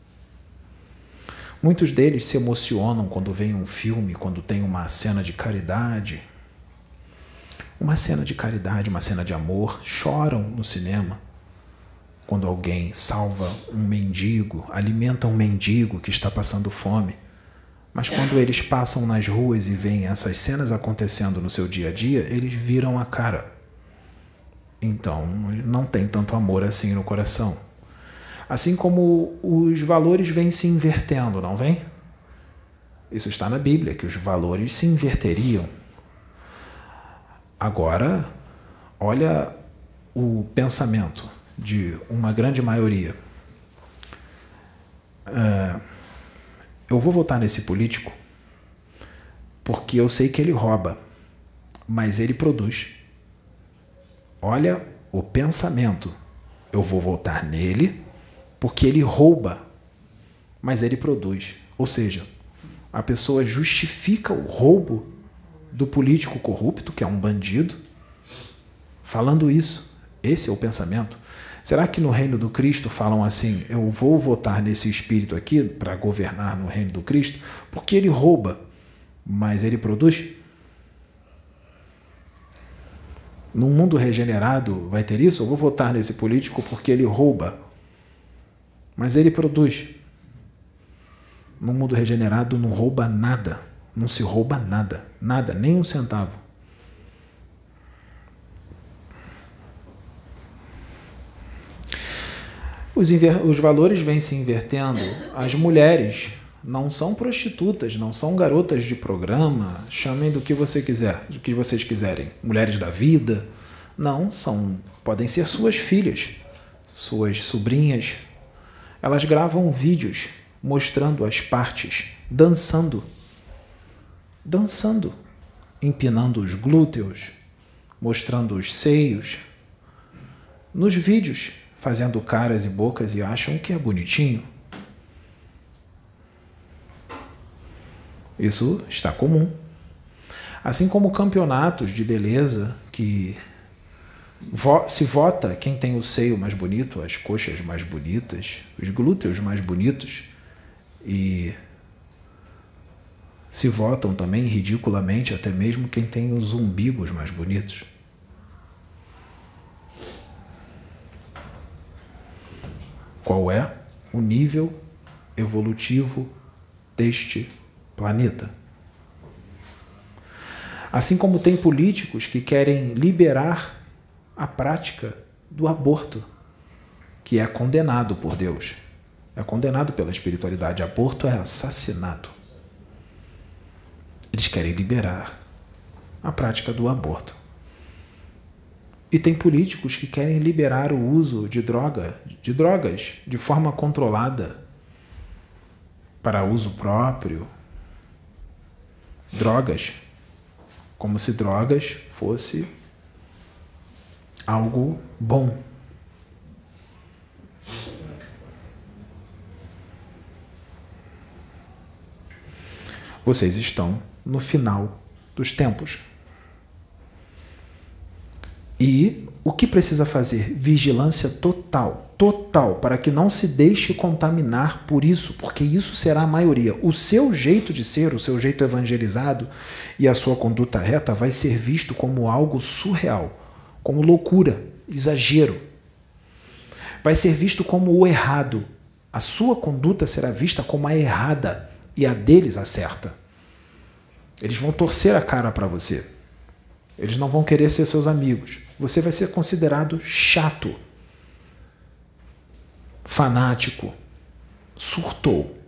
Muitos deles se emocionam quando vem um filme, quando tem uma cena de caridade. Uma cena de caridade, uma cena de amor. Choram no cinema quando alguém salva um mendigo, alimenta um mendigo que está passando fome. Mas quando eles passam nas ruas e veem essas cenas acontecendo no seu dia a dia, eles viram a cara. Então, não tem tanto amor assim no coração. Assim como os valores vêm se invertendo, não vem? Isso está na Bíblia, que os valores se inverteriam. Agora, olha o pensamento de uma grande maioria. É, eu vou votar nesse político porque eu sei que ele rouba, mas ele produz. Olha o pensamento. Eu vou votar nele porque ele rouba, mas ele produz. Ou seja, a pessoa justifica o roubo do político corrupto, que é um bandido, falando isso. Esse é o pensamento. Será que no reino do Cristo falam assim, eu vou votar nesse espírito aqui para governar no reino do Cristo, porque ele rouba, mas ele produz? Num mundo regenerado vai ter isso? Eu vou votar nesse político porque ele rouba, mas ele produz. Num mundo regenerado não rouba nada, não se rouba nada, nada, nem um centavo. Os, inver... Os valores vêm se invertendo. As mulheres não são prostitutas, não são garotas de programa, chamem do que você quiser, do que vocês quiserem, mulheres da vida. Não, são, podem ser suas filhas, suas sobrinhas. Elas gravam vídeos mostrando as partes, dançando, dançando, empinando os glúteos, mostrando os seios, nos vídeos, fazendo caras e bocas e acham que é bonitinho. Isso está comum. Assim como campeonatos de beleza que se vota quem tem o seio mais bonito, as coxas mais bonitas, os glúteos mais bonitos, e se votam também ridiculamente até mesmo quem tem os umbigos mais bonitos. Qual é o nível evolutivo deste planeta? Assim como tem políticos que querem liberar a prática do aborto, que é condenado por Deus, é condenado pela espiritualidade. Aborto é assassinato. Eles querem liberar a prática do aborto. E tem políticos que querem liberar o uso de droga, de drogas de forma controlada para uso próprio. Drogas, como se drogas fosse algo bom. Vocês estão no final dos tempos. E o que precisa fazer? Vigilância total, total, para que não se deixe contaminar por isso, porque isso será a maioria. O seu jeito de ser, o seu jeito evangelizado e a sua conduta reta vai ser visto como algo surreal, como loucura, exagero. Vai ser visto como o errado. A sua conduta será vista como a errada e a deles a certa. Eles vão torcer a cara para você. Eles não vão querer ser seus amigos. Você vai ser considerado chato, fanático, surtou.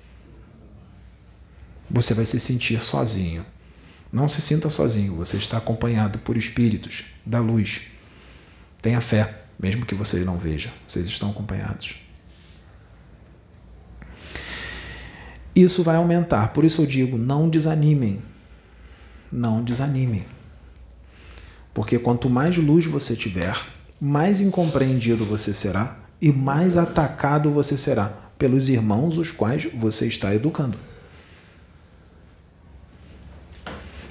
Você vai se sentir sozinho. Não se sinta sozinho, você está acompanhado por espíritos da luz. Tenha fé, mesmo que vocês não vejam, vocês estão acompanhados. Isso vai aumentar, por isso eu digo, não desanimem. Não desanimem. Porque quanto mais luz você tiver, mais incompreendido você será e mais atacado você será pelos irmãos os quais você está educando.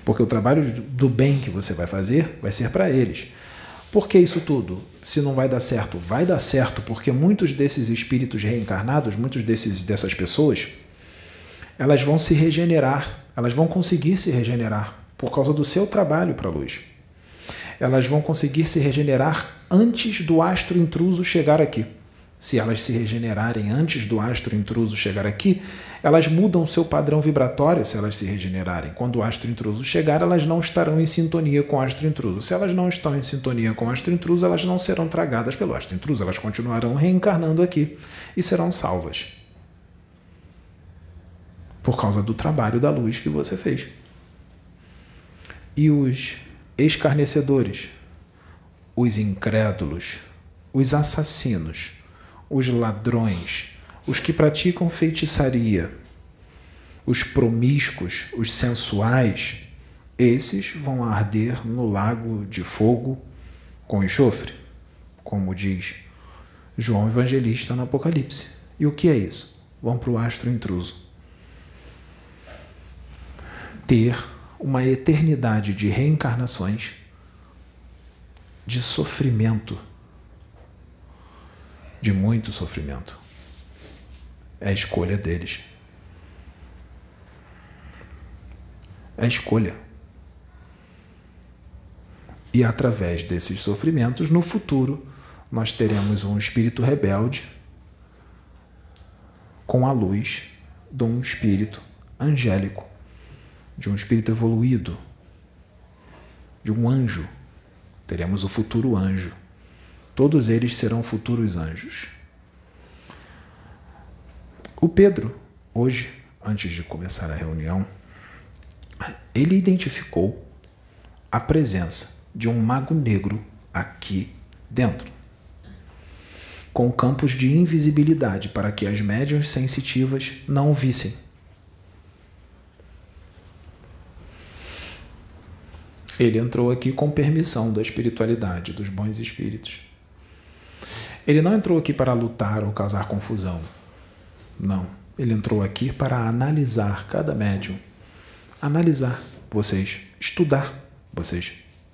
Porque o trabalho do bem que você vai fazer vai ser para eles. Por que isso tudo? Se não vai dar certo, vai dar certo, porque muitos desses espíritos reencarnados, muitos desses, dessas pessoas, elas vão se regenerar, elas vão conseguir se regenerar por causa do seu trabalho para a luz. Elas vão conseguir se regenerar antes do astro intruso chegar aqui. Se elas se regenerarem antes do astro intruso chegar aqui, elas mudam seu padrão vibratório se elas se regenerarem. Quando o astro intruso chegar, elas não estarão em sintonia com o astro intruso. Se elas não estão em sintonia com o astro intruso, elas não serão tragadas pelo astro intruso. Elas continuarão reencarnando aqui e serão salvas. Por causa do trabalho da luz que você fez. E os escarnecedores, os incrédulos, os assassinos, os ladrões, os que praticam feitiçaria, os promíscuos, os sensuais, esses vão arder no lago de fogo com enxofre, como diz João Evangelista no Apocalipse. E o que é isso? Vão para o astro intruso. Ter uma eternidade de reencarnações, de sofrimento, de muito sofrimento. É a escolha deles. É a escolha. E através desses sofrimentos, no futuro, nós teremos um espírito rebelde com a luz de um espírito angélico, de um espírito evoluído, de um anjo. Teremos o futuro anjo. Todos eles serão futuros anjos. O Pedro, hoje, antes de começar a reunião, ele identificou a presença de um mago negro aqui dentro, com campos de invisibilidade para que as médiuns sensitivas não o vissem. Ele entrou aqui com permissão da espiritualidade, dos bons espíritos. Ele não entrou aqui para lutar ou causar confusão. Não. Ele entrou aqui para analisar cada médium. Analisar vocês. Estudar vocês.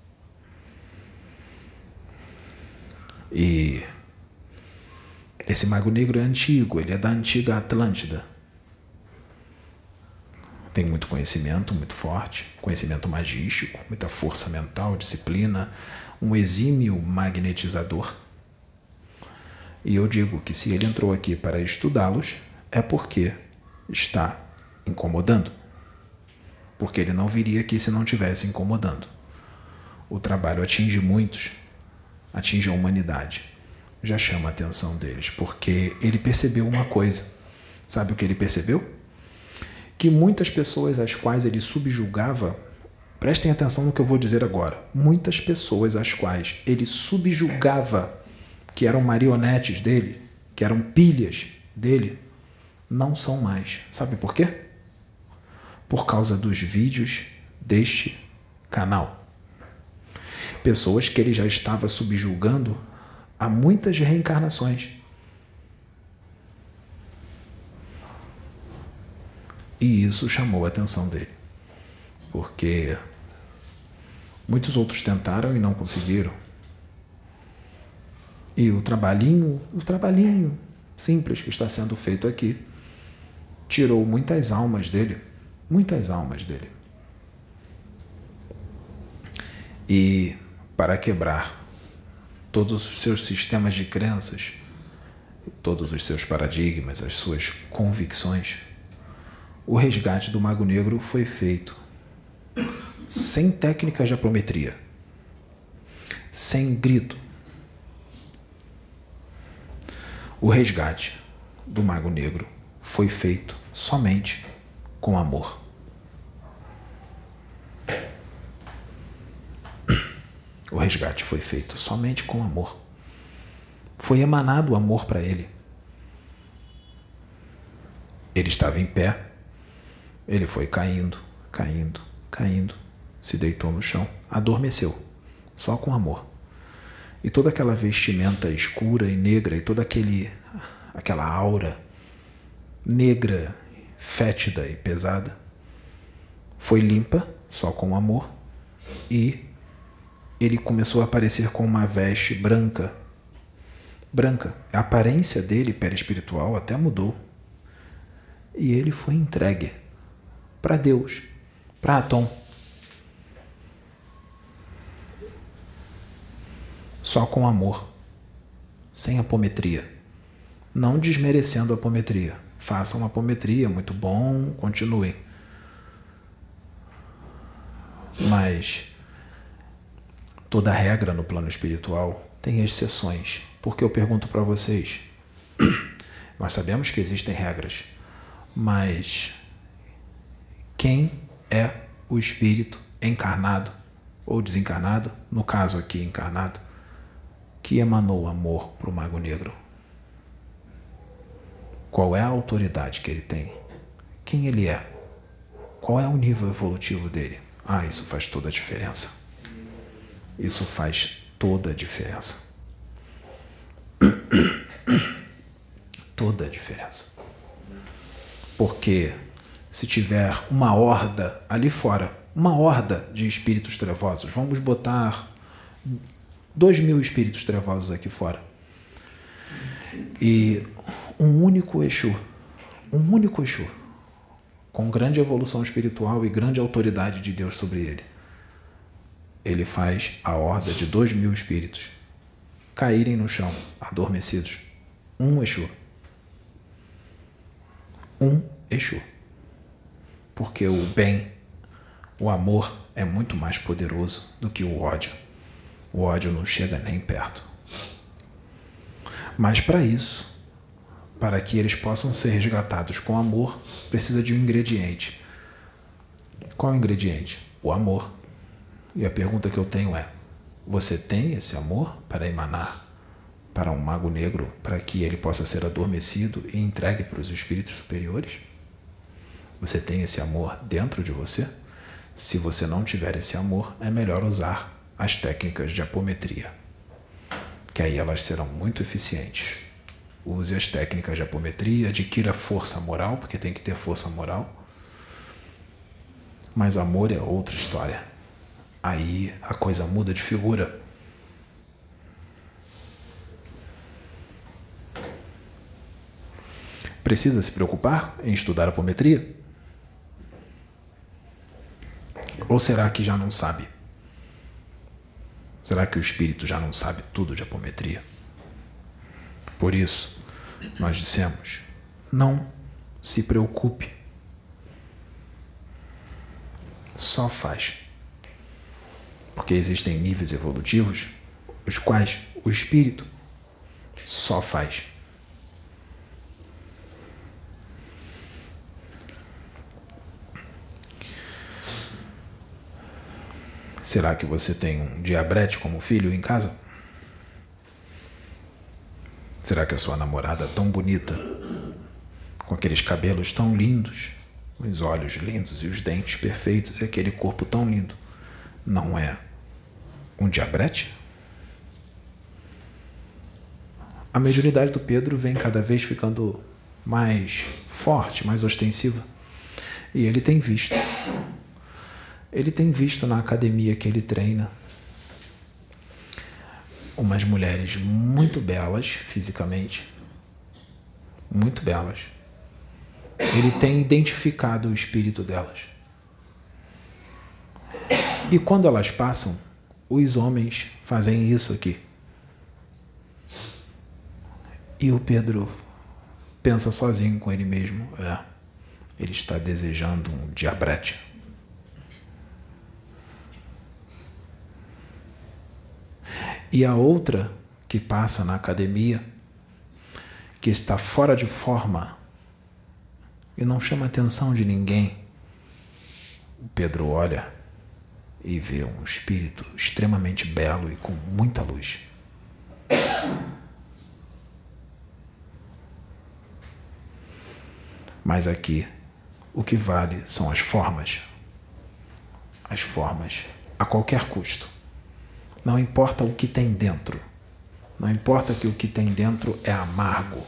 E esse mago negro é antigo. Ele é da antiga Atlântida. Tem muito conhecimento, muito forte. Conhecimento magístico, muita força mental, disciplina. Um exímio magnetizador. E eu digo que se ele entrou aqui para estudá-los, é porque está incomodando. Porque ele não viria aqui se não estivesse incomodando. O trabalho atinge muitos, atinge a humanidade. Já chama a atenção deles, porque ele percebeu uma coisa. Sabe o que ele percebeu? Que muitas pessoas às quais ele subjugava, prestem atenção no que eu vou dizer agora, muitas pessoas às quais ele subjugava, que eram marionetes dele, que eram pilhas dele, não são mais. Sabe por quê? Por causa dos vídeos deste canal. Pessoas que ele já estava subjugando há muitas reencarnações. E isso chamou a atenção dele. Porque muitos outros tentaram e não conseguiram. E o trabalhinho, o trabalhinho simples que está sendo feito aqui, tirou muitas almas dele, muitas almas dele. E para quebrar todos os seus sistemas de crenças, todos os seus paradigmas, as suas convicções, o resgate do Mago Negro foi feito sem técnicas de apometria, sem grito. O resgate do Mago Negro foi feito somente com amor. O resgate foi feito somente com amor. Foi emanado o amor para ele. Ele estava em pé. Ele foi caindo, caindo, caindo. Se deitou no chão, adormeceu. Só com amor. E toda aquela vestimenta escura e negra, e toda aquele, aquela aura negra, fétida e pesada, foi limpa só com amor, e ele começou a aparecer com uma veste branca. Branca. A aparência dele, perispiritual, até mudou. E ele foi entregue para Deus, para Atom. Só com amor, sem apometria. Não desmerecendo a apometria. Façam uma apometria, muito bom, continuem. Mas toda regra no plano espiritual tem exceções. Porque eu pergunto para vocês, nós sabemos que existem regras, mas quem é o espírito encarnado ou desencarnado, no caso aqui encarnado, que emanou amor para o Mago Negro? Qual é a autoridade que ele tem? Quem ele é? Qual é o nível evolutivo dele? Ah, isso faz toda a diferença. Isso faz toda a diferença. Toda a diferença. Porque se tiver uma horda ali fora, uma horda de espíritos trevosos, vamos botar dois mil espíritos trevosos aqui fora, e um único Exu, um único Exu, com grande evolução espiritual e grande autoridade de Deus sobre ele, ele faz a horda de dois mil espíritos caírem no chão, adormecidos. Um Exu. Um Exu. Porque o bem, o amor é muito mais poderoso do que o ódio. O ódio não chega nem perto. Mas para isso, para que eles possam ser resgatados com amor, precisa de um ingrediente. Qual é o ingrediente? O amor. E a pergunta que eu tenho é, você tem esse amor para emanar para um Mago Negro, para que ele possa ser adormecido e entregue para os espíritos superiores? Você tem esse amor dentro de você? Se você não tiver esse amor, é melhor usar as técnicas de apometria, que aí elas serão muito eficientes. Use as técnicas de apometria, adquira força moral, porque tem que ter força moral. Mas amor é outra história. Aí a coisa muda de figura. Precisa se preocupar em estudar apometria? Ou será que já não sabe? Será que o espírito já não sabe tudo de apometria? Por isso, nós dissemos, não se preocupe. Só faz. Porque existem níveis evolutivos, os quais o espírito só faz. Será que você tem um diabrete como filho em casa? Será que a sua namorada tão bonita, com aqueles cabelos tão lindos, os olhos lindos e os dentes perfeitos e aquele corpo tão lindo, não é um diabrete? A mediunidade do Pedro vem cada vez ficando mais forte, mais ostensiva. E ele tem visto. Ele tem visto na academia que ele treina umas mulheres muito belas fisicamente, muito belas. Ele tem identificado o espírito delas. E quando elas passam, os homens fazem isso aqui. E o Pedro pensa sozinho com ele mesmo. É, ele está desejando um diabrete. E a outra que passa na academia, que está fora de forma e não chama a atenção de ninguém, o Pedro olha e vê um espírito extremamente belo e com muita luz. Mas aqui, o que vale são as formas. As formas, a qualquer custo. Não importa o que tem dentro. Não importa que o que tem dentro é amargo.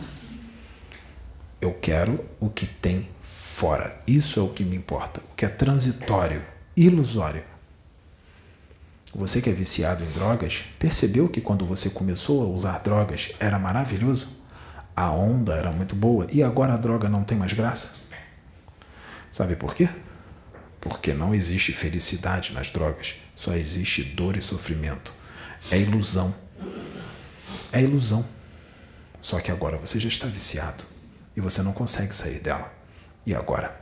Eu quero o que tem fora. Isso é o que me importa. O que é transitório ilusório. Você que é viciado em drogas, percebeu que quando você começou a usar drogas era maravilhoso? A onda era muito boa e agora a droga não tem mais graça? Sabe por quê? Porque não existe felicidade nas drogas, só existe dor e sofrimento. É ilusão. É ilusão. Só que agora você já está viciado e você não consegue sair dela. E agora?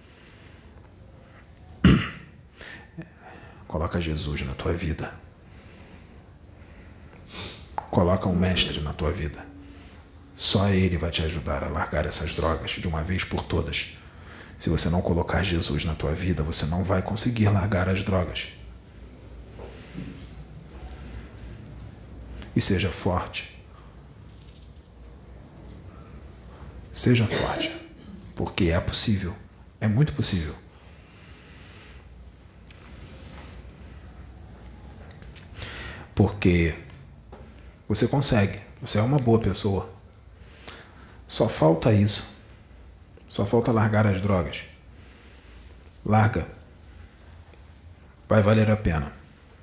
Coloca Jesus na tua vida. Coloca um mestre na tua vida. Só ele vai te ajudar a largar essas drogas de uma vez por todas. Se você não colocar Jesus na tua vida, você não vai conseguir largar as drogas. E seja forte. Seja forte, porque é possível, é muito possível. Porque você consegue, você é uma boa pessoa. Só falta isso. Só falta largar as drogas. Larga. Vai valer a pena.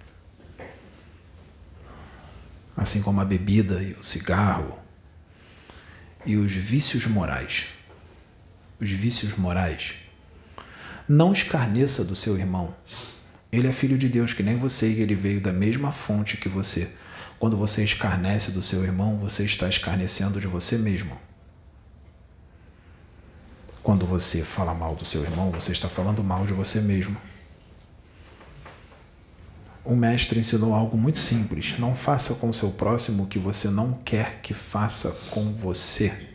Assim como a bebida e o cigarro e os vícios morais. Os vícios morais. Não escarneça do seu irmão. Ele é filho de Deus, que nem você, e ele veio da mesma fonte que você. Quando você escarnece do seu irmão, você está escarnecendo de você mesmo. Quando você fala mal do seu irmão, você está falando mal de você mesmo. O mestre ensinou algo muito simples. Não faça com o seu próximo o que você não quer que faça com você.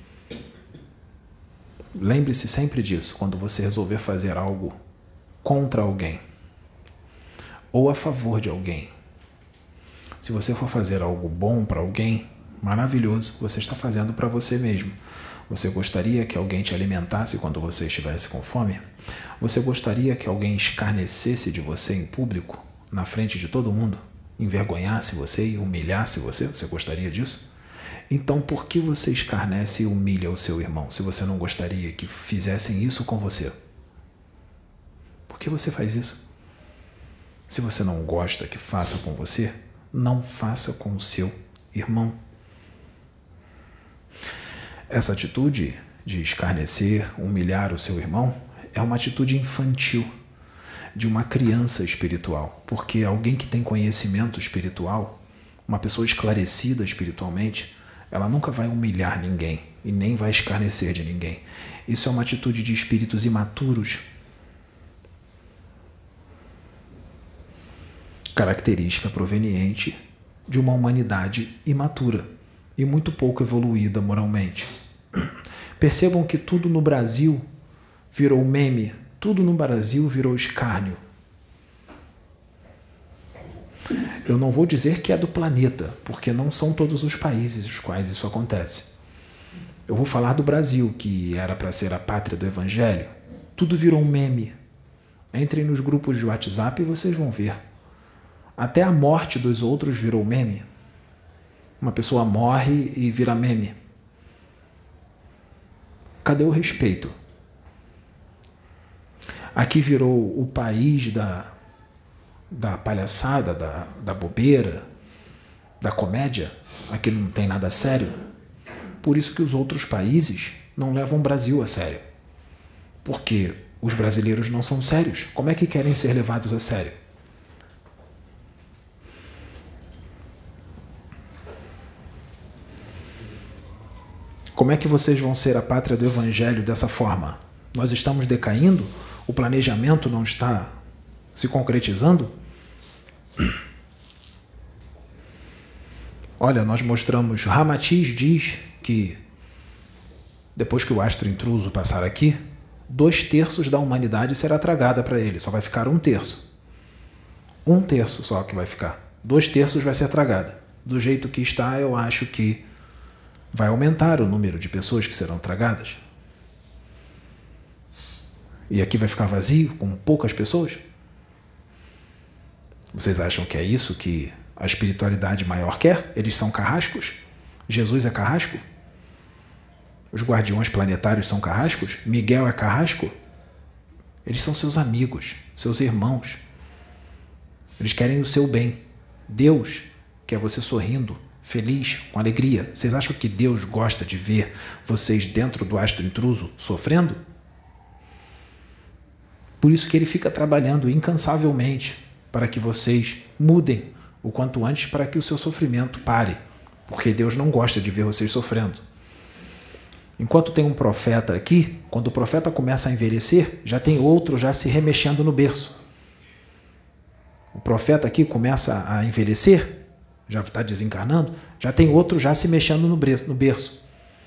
Lembre-se sempre disso, quando você resolver fazer algo contra alguém ou a favor de alguém. Se você for fazer algo bom para alguém, maravilhoso, você está fazendo para você mesmo. Você gostaria que alguém te alimentasse quando você estivesse com fome? Você gostaria que alguém escarnecesse de você em público, na frente de todo mundo, envergonhasse você e humilhasse você? Você gostaria disso? Então, por que você escarnece e humilha o seu irmão, se você não gostaria que fizessem isso com você? Por que você faz isso? Se você não gosta que faça com você, não faça com o seu irmão. Essa atitude de escarnecer, humilhar o seu irmão, é uma atitude infantil de uma criança espiritual, porque alguém que tem conhecimento espiritual, uma pessoa esclarecida espiritualmente, ela nunca vai humilhar ninguém e nem vai escarnecer de ninguém. Isso é uma atitude de espíritos imaturos, característica proveniente de uma humanidade imatura e muito pouco evoluída moralmente. Percebam que tudo no Brasil virou meme, tudo no Brasil virou escárnio. Eu não vou dizer que é do planeta, porque não são todos os países nos quais isso acontece. Eu vou falar do Brasil, que era para ser a pátria do Evangelho. Tudo virou um meme. Entrem nos grupos de WhatsApp e vocês vão ver. Até a morte dos outros virou meme. Uma pessoa morre e vira meme. Cadê o respeito? Aqui virou o país da, da palhaçada, da, da bobeira, da comédia. Aqui não tem nada sério. Por isso que os outros países não levam o Brasil a sério. Porque os brasileiros não são sérios. Como é que querem ser levados a sério? Como é que vocês vão ser a pátria do Evangelho dessa forma? Nós estamos decaindo? O planejamento não está se concretizando? Olha, nós mostramos, Ramatiz diz que depois que o astro intruso passar aqui, dois terços da humanidade será tragada para ele, só vai ficar um terço. Um terço só que vai ficar. Dois terços vai ser tragada. Do jeito que está, eu acho que vai aumentar o número de pessoas que serão tragadas. E aqui vai ficar vazio, com poucas pessoas? Vocês acham que é isso que a espiritualidade maior quer? Eles são carrascos? Jesus é carrasco? Os guardiões planetários são carrascos? Miguel é carrasco? Eles são seus amigos, seus irmãos. Eles querem o seu bem. Deus quer você sorrindo, feliz, com alegria. Vocês acham que Deus gosta de ver vocês dentro do astro intruso sofrendo? Por isso que Ele fica trabalhando incansavelmente para que vocês mudem o quanto antes, para que o seu sofrimento pare. Porque Deus não gosta de ver vocês sofrendo. Enquanto tem um profeta aqui, quando o profeta começa a envelhecer, já tem outro já se remexendo no berço. O profeta aqui começa a envelhecer, já está desencarnando, já tem outro já se mexendo no berço.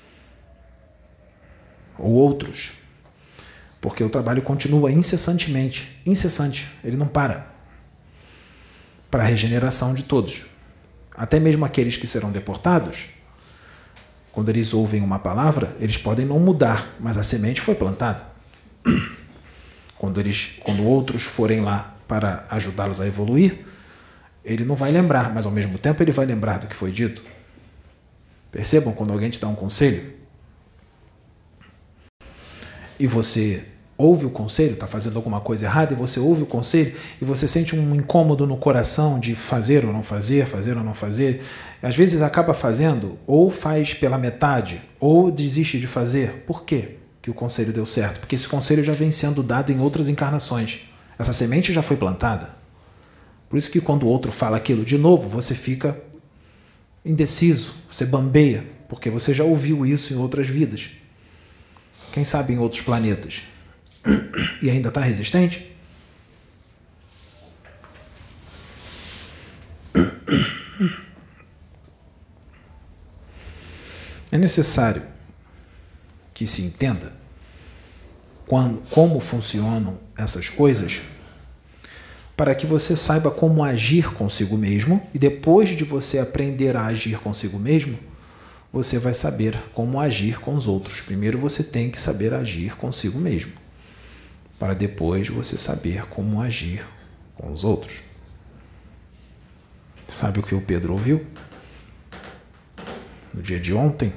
Ou outros. Porque o trabalho continua incessantemente, incessante, ele não para. Para a regeneração de todos. Até mesmo aqueles que serão deportados, quando eles ouvem uma palavra, eles podem não mudar, mas a semente foi plantada. Quando, eles, quando outros forem lá para ajudá-los a evoluir, ele não vai lembrar, mas ao mesmo tempo ele vai lembrar do que foi dito. Percebam quando alguém te dá um conselho e você ouve o conselho, está fazendo alguma coisa errada, e você ouve o conselho e você sente um incômodo no coração de fazer ou não fazer, fazer ou não fazer. Às vezes acaba fazendo, ou faz pela metade, ou desiste de fazer. Por quê que o conselho deu certo? Porque esse conselho já vem sendo dado em outras encarnações. Essa semente já foi plantada. Por isso que quando o outro fala aquilo de novo, você fica indeciso, você bambeia, porque você já ouviu isso em outras vidas. Quem sabe em outros planetas. E ainda está resistente? É necessário que se entenda quando, como funcionam essas coisas, para que você saiba como agir consigo mesmo, e depois de você aprender a agir consigo mesmo, você vai saber como agir com os outros. Primeiro você tem que saber agir consigo mesmo, para depois você saber como agir com os outros. Sabe o que o Pedro ouviu? No dia de ontem,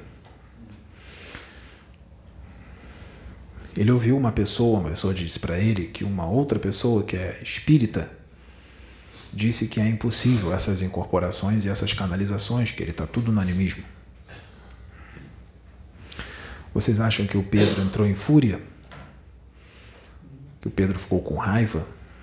ele ouviu uma pessoa, uma pessoa disse para ele que uma outra pessoa que é espírita disse que é impossível essas incorporações e essas canalizações, que ele está tudo no animismo. Vocês acham que o Pedro entrou em fúria? Que o Pedro ficou com raiva?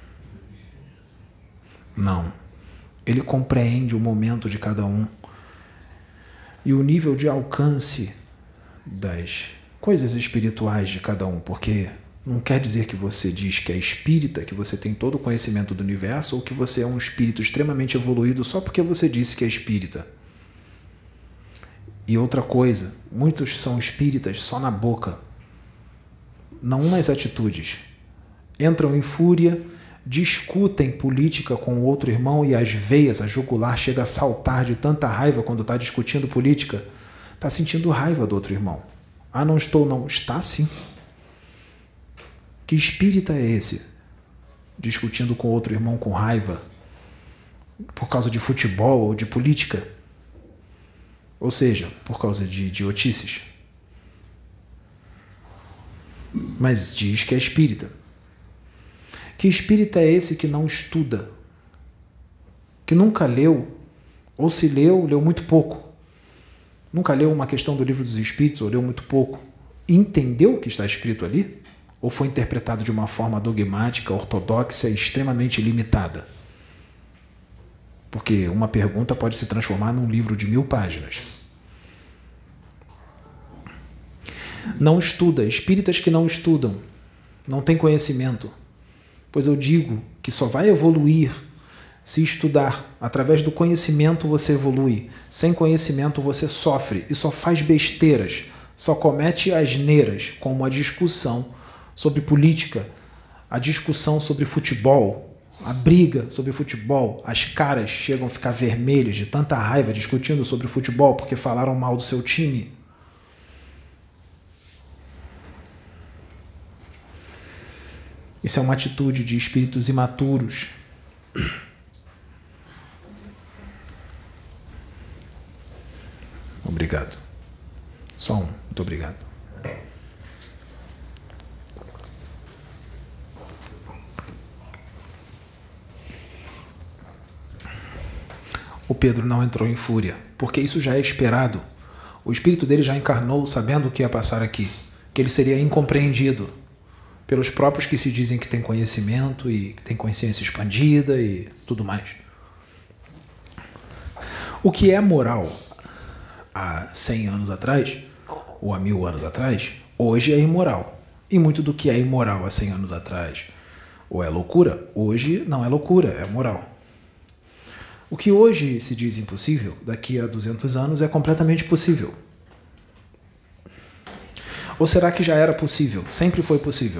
Não. Ele compreende o momento de cada um e o nível de alcance das coisas espirituais de cada um, porque não quer dizer que você diz que é espírita, que você tem todo o conhecimento do universo, ou que você é um espírito extremamente evoluído só porque você disse que é espírita. E outra coisa, muitos são espíritas só na boca, não nas atitudes. Entram em fúria, discutem política com o outro irmão e as veias, a jugular chega a saltar de tanta raiva quando está discutindo política. Está sentindo raiva do outro irmão. Ah, não estou, não. Está sim. Que espírita é esse? Discutindo com outro irmão com raiva por causa de futebol ou de política? Ou seja, por causa de idiotices. Mas diz que é espírita. Que espírita é esse que não estuda? Que nunca leu, ou se leu, leu muito pouco. Nunca leu uma questão do Livro dos Espíritos, ou leu muito pouco. Entendeu o que está escrito ali? Ou foi interpretado de uma forma dogmática, ortodoxa e extremamente limitada? Porque uma pergunta pode se transformar num livro de mil páginas. Não estuda. Espíritas que não estudam, não têm conhecimento. Pois eu digo que só vai evoluir se estudar. Através do conhecimento você evolui. Sem conhecimento você sofre e só faz besteiras, só comete asneiras, como a discussão sobre política, a discussão sobre futebol, a briga sobre futebol. As caras chegam a ficar vermelhas de tanta raiva discutindo sobre futebol porque falaram mal do seu time. Isso é uma atitude de espíritos imaturos. Obrigado. Só um. Muito obrigado. Pedro não entrou em fúria, porque isso já é esperado. O espírito dele já encarnou sabendo o que ia passar aqui, que ele seria incompreendido pelos próprios que se dizem que têm conhecimento e que têm consciência expandida e tudo mais. O que é moral há cem anos atrás, ou há mil anos atrás, hoje é imoral. E muito do que é imoral há cem anos atrás, ou é loucura, hoje não é loucura, é moral. O que hoje se diz impossível, daqui a duzentos anos é completamente possível. Ou será que já era possível? Sempre foi possível.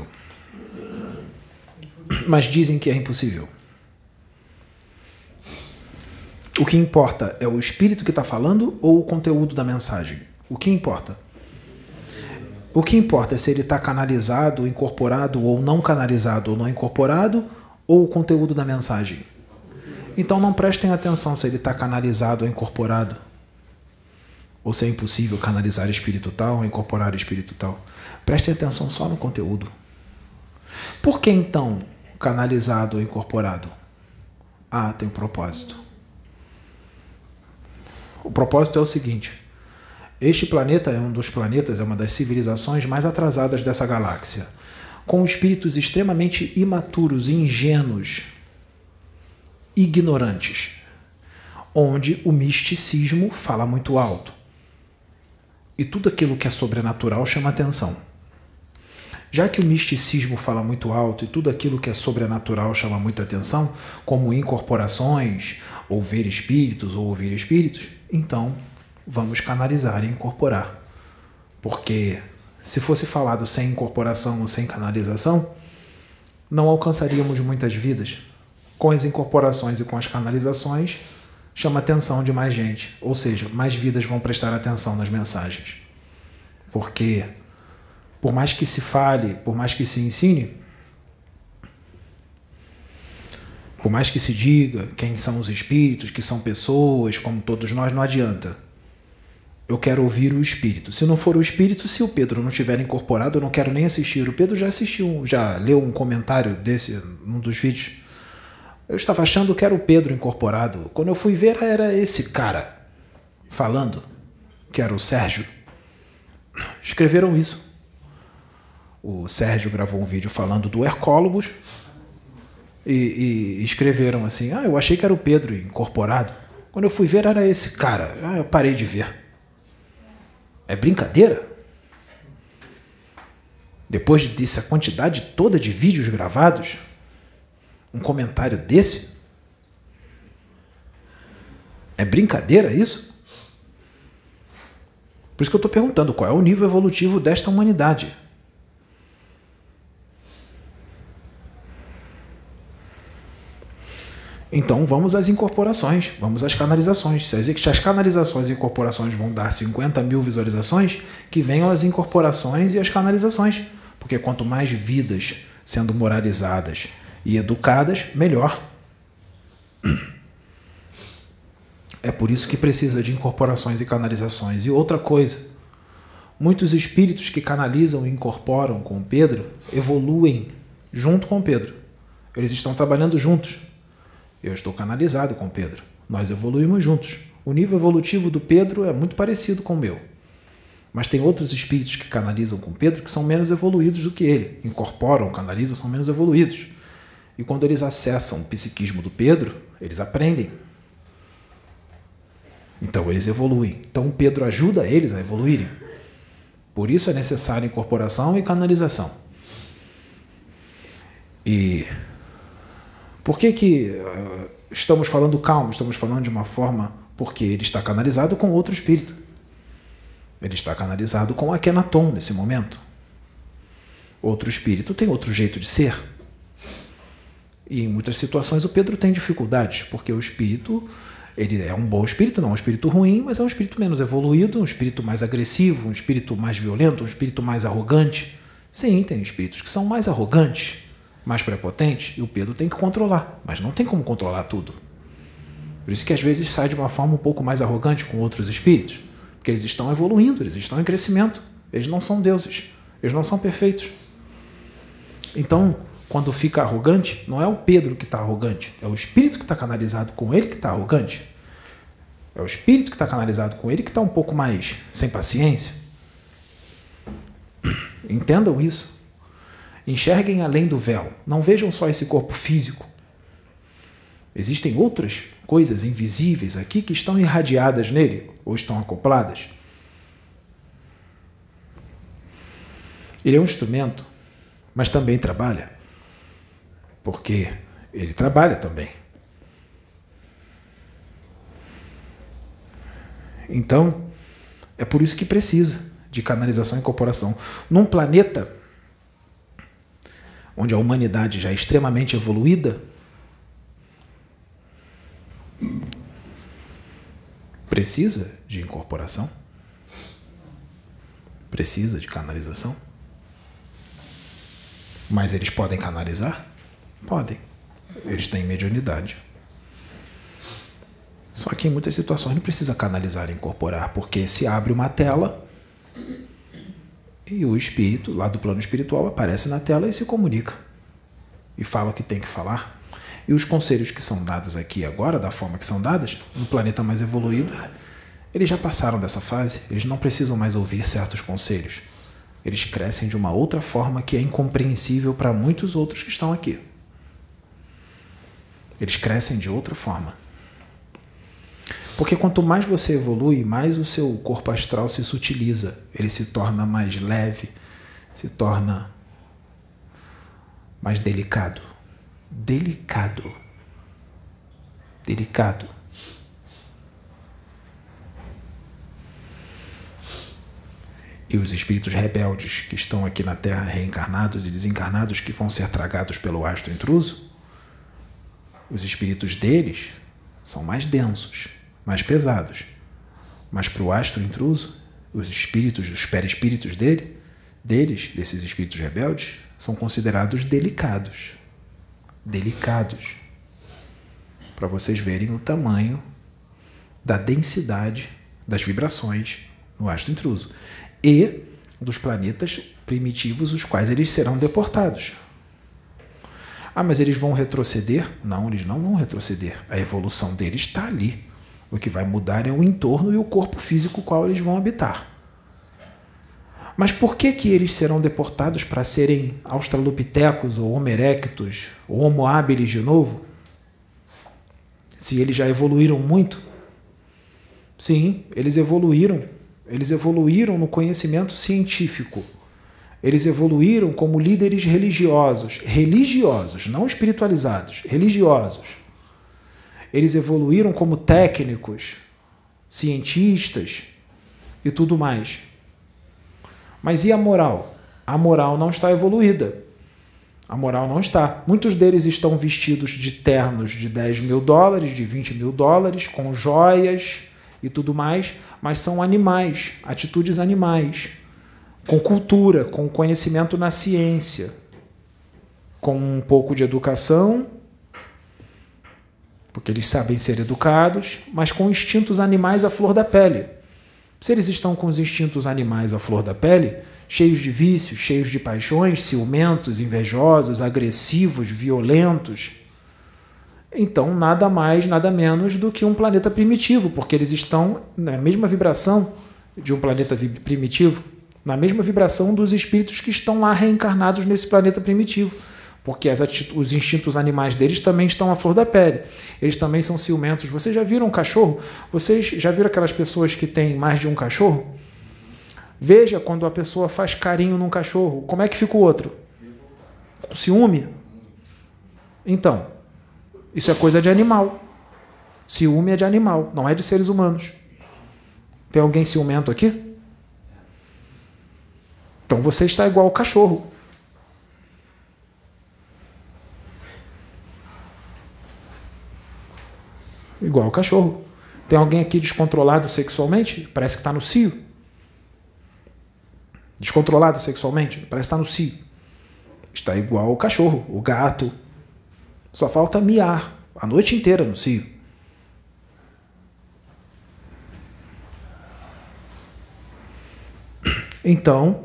Mas dizem que é impossível. O que importa é o espírito que está falando ou o conteúdo da mensagem? O que importa? O que importa é se ele está canalizado, incorporado ou não canalizado ou não incorporado, ou o conteúdo da mensagem? Então não prestem atenção se ele está canalizado ou incorporado, ou se é impossível canalizar espírito tal ou incorporar espírito tal. Prestem atenção só no conteúdo. Por que então canalizado ou incorporado? Ah, tem um propósito. O propósito é o seguinte: este planeta é um dos planetas, é uma das civilizações mais atrasadas dessa galáxia, com espíritos extremamente imaturos, ingênuos, ignorantes, onde o misticismo fala muito alto. E tudo aquilo que é sobrenatural chama atenção. Já que o misticismo fala muito alto e tudo aquilo que é sobrenatural chama muita atenção, como incorporações, ou ver espíritos, ou ouvir espíritos, então vamos canalizar e incorporar. Porque se fosse falado sem incorporação ou sem canalização, não alcançaríamos muitas vidas. Com as incorporações e com as canalizações, chama a atenção de mais gente. Ou seja, mais vidas vão prestar atenção nas mensagens. Porque, por mais que se fale, por mais que se ensine, por mais que se diga quem são os espíritos, que são pessoas, como todos nós, não adianta. Eu quero ouvir o espírito. Se não for o espírito, se o Pedro não estiver incorporado, eu não quero nem assistir. O Pedro já assistiu, já leu um comentário desse num dos vídeos. Eu estava achando que era o Pedro incorporado. Quando eu fui ver, era esse cara falando, que era o Sérgio. Escreveram isso. O Sérgio gravou um vídeo falando do Hercólogos e, e escreveram assim: ah, eu achei que era o Pedro incorporado. Quando eu fui ver, era esse cara. Ah, eu parei de ver. É brincadeira? Depois dessa quantidade toda de vídeos gravados, um comentário desse? É brincadeira isso? Por isso que eu estou perguntando qual é o nível evolutivo desta humanidade. Então vamos às incorporações, vamos às canalizações. Se as canalizações e incorporações vão dar cinquenta mil visualizações, que venham as incorporações e as canalizações. Porque quanto mais vidas sendo moralizadas e educadas, melhor. É por isso que precisa de incorporações e canalizações. E outra coisa, muitos espíritos que canalizam e incorporam com Pedro evoluem junto com Pedro. Eles estão trabalhando juntos. Eu estou canalizado com Pedro. Nós evoluímos juntos. O nível evolutivo do Pedro é muito parecido com o meu. Mas tem outros espíritos que canalizam com Pedro que são menos evoluídos do que ele. Incorporam, canalizam, são menos evoluídos. E quando eles acessam o psiquismo do Pedro, eles aprendem. Então eles evoluem. Então Pedro ajuda eles a evoluírem. Por isso é necessária incorporação e canalização. E por que que uh, estamos falando calmo? Estamos falando de uma forma porque ele está canalizado com outro espírito. Ele está canalizado com Akhenaton nesse momento. Outro espírito tem outro jeito de ser. E em muitas situações o Pedro tem dificuldades, porque o espírito, ele é um bom espírito, não é um espírito ruim, mas é um espírito menos evoluído, um espírito mais agressivo, um espírito mais violento, um espírito mais arrogante. Sim, tem espíritos que são mais arrogantes, mais prepotentes, e o Pedro tem que controlar, mas não tem como controlar tudo. Por isso que às vezes sai de uma forma um pouco mais arrogante com outros espíritos, porque eles estão evoluindo, eles estão em crescimento, eles não são deuses, eles não são perfeitos. Então, quando fica arrogante, não é o Pedro que está arrogante, é o espírito que está canalizado com ele que está arrogante. É o espírito que está canalizado com ele que está um pouco mais sem paciência. Entendam isso. Enxerguem além do véu. Não vejam só esse corpo físico. Existem outras coisas invisíveis aqui que estão irradiadas nele ou estão acopladas. Ele é um instrumento, mas também trabalha. Porque ele trabalha também. Então, é por isso que precisa de canalização e incorporação. Num planeta onde a humanidade já é extremamente evoluída, precisa de incorporação? Precisa de canalização? Mas eles podem canalizar? Podem. Eles têm mediunidade. Só que em muitas situações não precisa canalizar e incorporar, porque se abre uma tela e o espírito, lá do plano espiritual, aparece na tela e se comunica. E fala o que tem que falar. E os conselhos que são dados aqui agora, da forma que são dados, no planeta mais evoluído, eles já passaram dessa fase, eles não precisam mais ouvir certos conselhos. Eles crescem de uma outra forma que é incompreensível para muitos outros que estão aqui. Eles crescem de outra forma. Porque quanto mais você evolui, mais o seu corpo astral se sutiliza. Ele se torna mais leve, se torna mais delicado. Delicado. Delicado. E os espíritos rebeldes que estão aqui na Terra, reencarnados e desencarnados, que vão ser tragados pelo astro intruso, os espíritos deles são mais densos, mais pesados. Mas para o astro intruso, os espíritos, os perispíritos dele, deles, desses espíritos rebeldes, são considerados delicados. Delicados. Para vocês verem o tamanho da densidade das vibrações no astro intruso. E dos planetas primitivos, os quais eles serão deportados. Ah, mas eles vão retroceder? Não, eles não vão retroceder. A evolução deles está ali. O que vai mudar é o entorno e o corpo físico qual eles vão habitar. Mas por que que eles serão deportados para serem australopitecos ou homo erectus ou homo habilis de novo? Se eles já evoluíram muito? Sim, eles evoluíram. Eles evoluíram no conhecimento científico. Eles evoluíram como líderes religiosos. Religiosos, não espiritualizados. Religiosos. Eles evoluíram como técnicos, cientistas e tudo mais. Mas e a moral? A moral não está evoluída. A moral não está. Muitos deles estão vestidos de ternos de dez mil dólares, de vinte mil dólares, com joias e tudo mais, mas são animais, atitudes animais, com cultura, com conhecimento na ciência, com um pouco de educação, porque eles sabem ser educados, mas com instintos animais à flor da pele. Se eles estão com os instintos animais à flor da pele, cheios de vícios, cheios de paixões, ciumentos, invejosos, agressivos, violentos, então nada mais, nada menos do que um planeta primitivo, porque eles estão na mesma vibração de um planeta primitivo, na mesma vibração dos espíritos que estão lá reencarnados nesse planeta primitivo, porque as os instintos animais deles também estão à flor da pele. Eles também são ciumentos. Vocês já viram um cachorro? Vocês já viram aquelas pessoas que têm mais de um cachorro? Veja quando a pessoa faz carinho num cachorro, como é que fica o outro? Com ciúme? Então, isso é coisa de animal. Ciúme é de animal, não é de seres humanos. Tem alguém ciumento aqui? Então você está igual ao cachorro. Igual ao cachorro. Tem alguém aqui descontrolado sexualmente? Parece que está no cio. Descontrolado sexualmente? Parece que está no cio. Está igual ao cachorro, o gato. Só falta miar a noite inteira no cio. Então,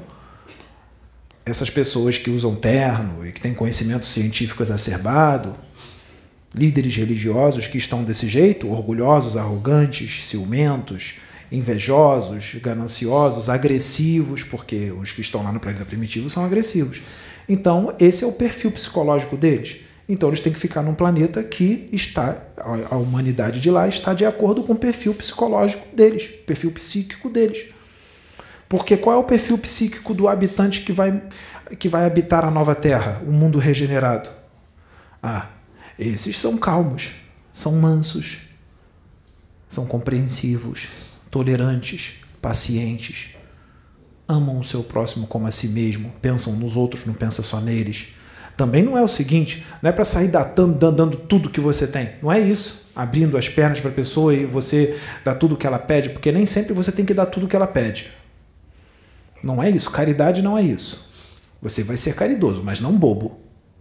essas pessoas que usam terno e que têm conhecimento científico exacerbado, líderes religiosos que estão desse jeito, orgulhosos, arrogantes, ciumentos, invejosos, gananciosos, agressivos, porque os que estão lá no planeta primitivo são agressivos. Então, esse é o perfil psicológico deles. Então, eles têm que ficar num planeta que está, a humanidade de lá está de acordo com o perfil psicológico deles, perfil psíquico deles. Porque qual é o perfil psíquico do habitante que vai, que vai habitar a nova Terra, o mundo regenerado? Ah, esses são calmos, são mansos, são compreensivos, tolerantes, pacientes, amam o seu próximo como a si mesmo, pensam nos outros, não pensam só neles. Também não é o seguinte, não é para sair datando, dando tudo que você tem. Não é isso, abrindo as pernas para a pessoa e você dá tudo que ela pede, porque nem sempre você tem que dar tudo que ela pede. Não é isso, caridade não é isso. Você vai ser caridoso, mas não bobo.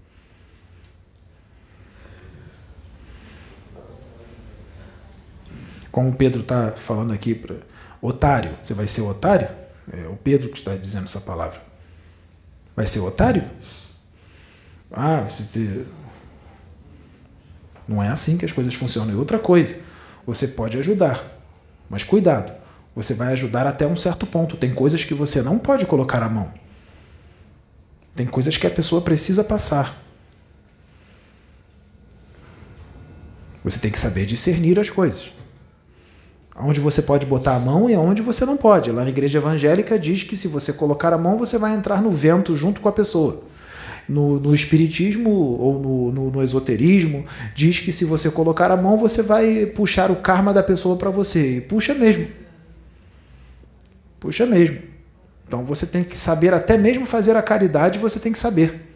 Como o Pedro está falando aqui, pra, otário, você vai ser otário? É o Pedro que está dizendo essa palavra. Vai ser otário? Ah, você... não é assim que as coisas funcionam. E outra coisa, você pode ajudar, mas cuidado, você vai ajudar até um certo ponto. Tem coisas que você não pode colocar a mão. Tem coisas que a pessoa precisa passar. Você tem que saber discernir as coisas. Onde você pode botar a mão e onde você não pode. Lá na igreja evangélica diz que se você colocar a mão, você vai entrar no vento junto com a pessoa. No, no espiritismo ou no, no, no esoterismo, diz que se você colocar a mão, você vai puxar o karma da pessoa para você. E puxa mesmo. Puxa mesmo. Então você tem que saber, até mesmo fazer a caridade, você tem que saber.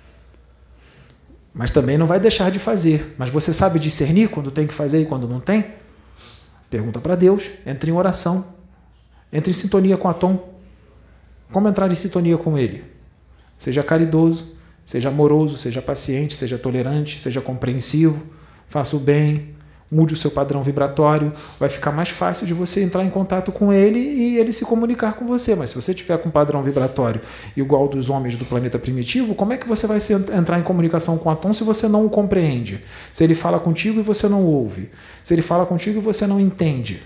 Mas também não vai deixar de fazer. Mas você sabe discernir quando tem que fazer e quando não tem? Pergunta para Deus, entre em oração, entre em sintonia com Atom. Como entrar em sintonia com Ele? Seja caridoso, seja amoroso, seja paciente, seja tolerante, seja compreensivo, faça o bem, mude o seu padrão vibratório, vai ficar mais fácil de você entrar em contato com Ele e Ele se comunicar com você. Mas se você tiver com um padrão vibratório igual ao dos homens do planeta primitivo, como é que você vai se entrar em comunicação com Atom se você não o compreende? Se ele fala contigo e você não ouve? Se ele fala contigo e você não entende?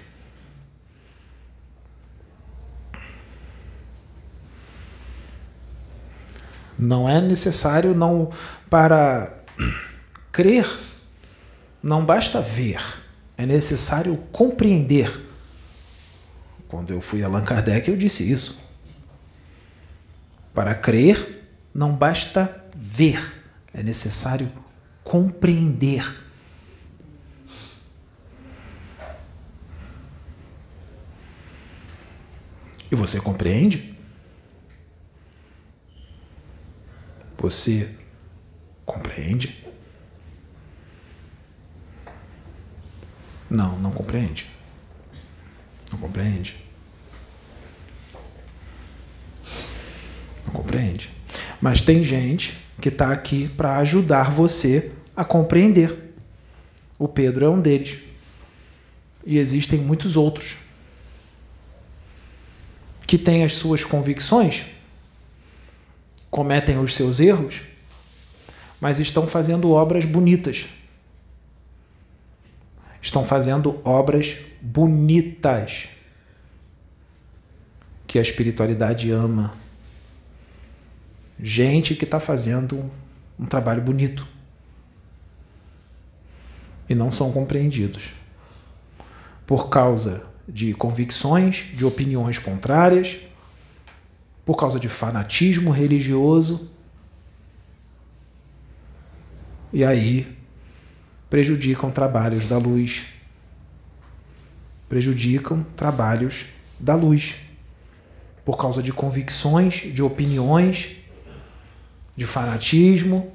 Não é necessário, não, para crer, não basta ver, é necessário compreender. Quando eu fui a Allan Kardec, eu disse isso. Para crer, não basta ver, é necessário compreender. E você compreende? Você compreende? Não, não compreende. Não compreende. Não compreende. Mas tem gente que está aqui para ajudar você a compreender. O Pedro é um deles. E existem muitos outros que têm as suas convicções, cometem os seus erros, mas estão fazendo obras bonitas. Estão fazendo obras bonitas que a espiritualidade ama. Gente que está fazendo um, um trabalho bonito e não são compreendidos por causa de convicções, de opiniões contrárias, por causa de fanatismo religioso. E aí prejudicam trabalhos da luz. Prejudicam trabalhos da luz. Por causa de convicções, de opiniões, de fanatismo.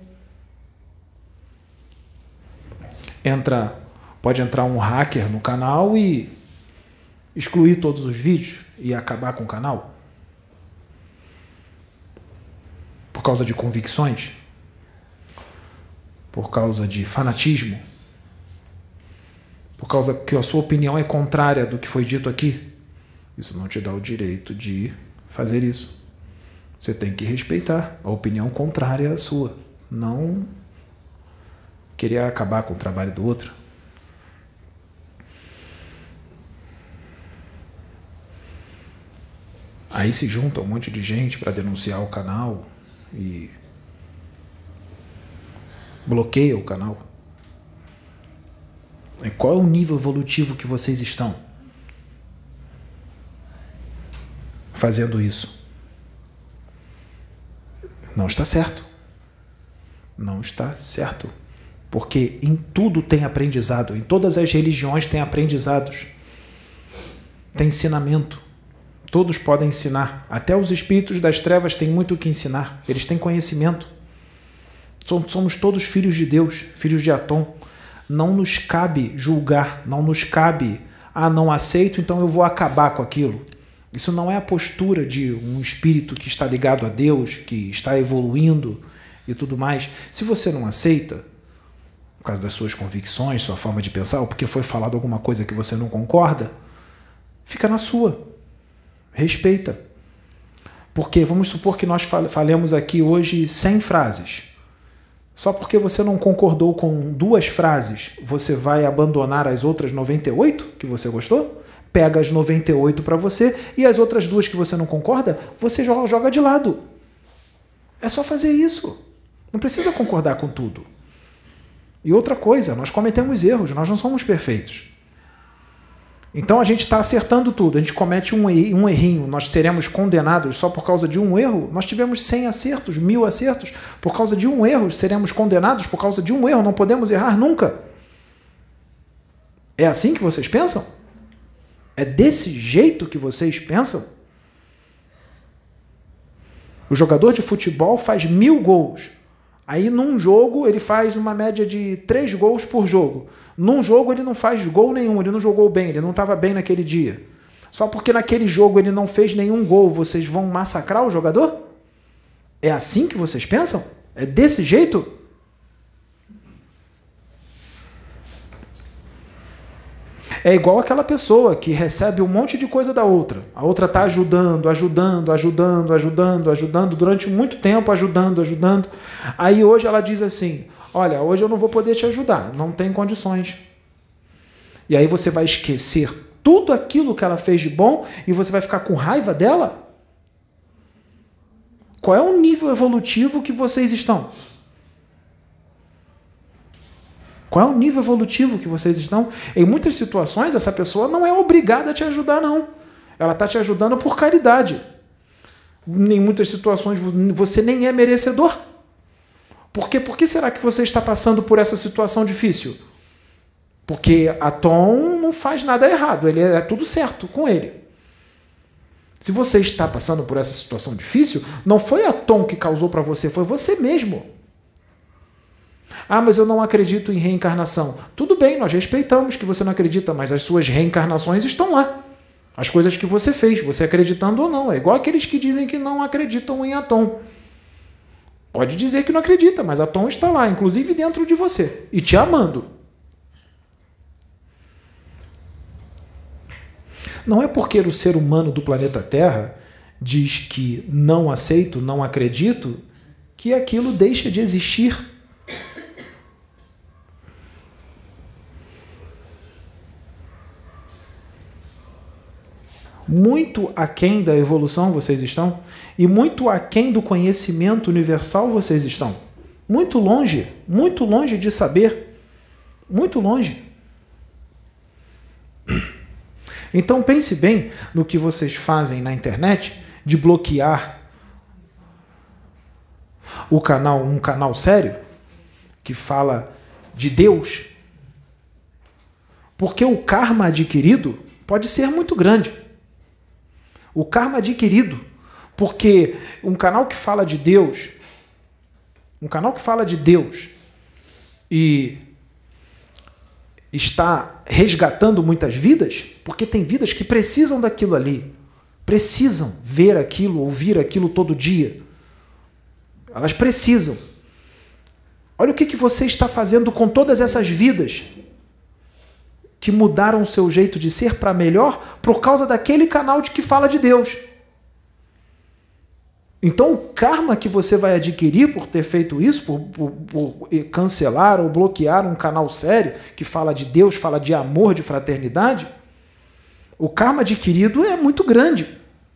Entra, pode entrar um hacker no canal e excluir todos os vídeos e acabar com o canal. Por causa de convicções, por causa de fanatismo, por causa que a sua opinião é contrária do que foi dito aqui. Isso não te dá o direito de fazer isso. Você tem que respeitar a opinião contrária à sua, não querer acabar com o trabalho do outro. Aí se junta um monte de gente para denunciar o canal e bloqueia o canal. E qual é o nível evolutivo que vocês estão fazendo isso? Não está certo. Não está certo. Porque em tudo tem aprendizado. Em todas as religiões tem aprendizados. Tem ensinamento. Todos podem ensinar. Até os espíritos das trevas têm muito o que ensinar. Eles têm conhecimento. Somos todos filhos de Deus, filhos de Atom. Não nos cabe julgar, não nos cabe, ah, não aceito, então eu vou acabar com aquilo. Isso não é a postura de um espírito que está ligado a Deus, que está evoluindo e tudo mais. Se você não aceita, por causa das suas convicções, sua forma de pensar, ou porque foi falado alguma coisa que você não concorda, fica na sua. Respeita. Porque vamos supor que nós falemos aqui hoje cem frases. Só porque você não concordou com duas frases, você vai abandonar as outras noventa e oito que você gostou? Pega as noventa e oito para você e as outras duas que você não concorda, você joga de lado. É só fazer isso. Não precisa concordar com tudo. E outra coisa, nós cometemos erros, nós não somos perfeitos. Então a gente está acertando tudo, a gente comete um errinho, nós seremos condenados só por causa de um erro? Nós tivemos cem acertos, mil acertos, por causa de um erro, seremos condenados por causa de um erro, não podemos errar nunca. É assim que vocês pensam? É desse jeito que vocês pensam? O jogador de futebol faz mil gols. Aí, num jogo, ele faz uma média de três gols por jogo. Num jogo, ele não faz gol nenhum, ele não jogou bem, ele não estava bem naquele dia. Só porque naquele jogo ele não fez nenhum gol, vocês vão massacrar o jogador? É assim que vocês pensam? É desse jeito? É igual aquela pessoa que recebe um monte de coisa da outra. A outra está ajudando, ajudando, ajudando, ajudando, ajudando, durante muito tempo, ajudando, ajudando. Aí hoje ela diz assim, olha, hoje eu não vou poder te ajudar, não tem condições. E aí você vai esquecer tudo aquilo que ela fez de bom e você vai ficar com raiva dela? Qual é o nível evolutivo que vocês estão? Qual é o nível evolutivo que vocês estão? Em muitas situações, essa pessoa não é obrigada a te ajudar, não. Ela está te ajudando por caridade. Em muitas situações, você nem é merecedor. Por quê? Por que será que você está passando por essa situação difícil? Porque Atom não faz nada errado, ele é tudo certo com ele. Se você está passando por essa situação difícil, não foi Atom que causou para você, foi você mesmo. Ah, mas eu não acredito em reencarnação. Tudo bem, nós respeitamos que você não acredita, mas as suas reencarnações estão lá. As coisas que você fez, você acreditando ou não. É igual aqueles que dizem que não acreditam em Atom. Pode dizer que não acredita, mas Atom está lá, inclusive dentro de você, e te amando. Não é porque o ser humano do planeta Terra diz que não aceito, não acredito, que aquilo deixa de existir. Muito aquém da evolução vocês estão, e muito aquém do conhecimento universal vocês estão. Muito longe, muito longe de saber, muito longe. Então pense bem no que vocês fazem na internet de bloquear o canal, um canal sério que fala de Deus, porque o karma adquirido pode ser muito grande. O karma adquirido, porque um canal que fala de Deus, um canal que fala de Deus e está resgatando muitas vidas, porque tem vidas que precisam daquilo ali, precisam ver aquilo, ouvir aquilo todo dia. Elas precisam. Olha o que, que você está fazendo com todas essas vidas que mudaram o seu jeito de ser para melhor por causa daquele canal de que fala de Deus. Então, o karma que você vai adquirir por ter feito isso, por, por, por cancelar ou bloquear um canal sério que fala de Deus, fala de amor, de fraternidade, o karma adquirido é muito grande.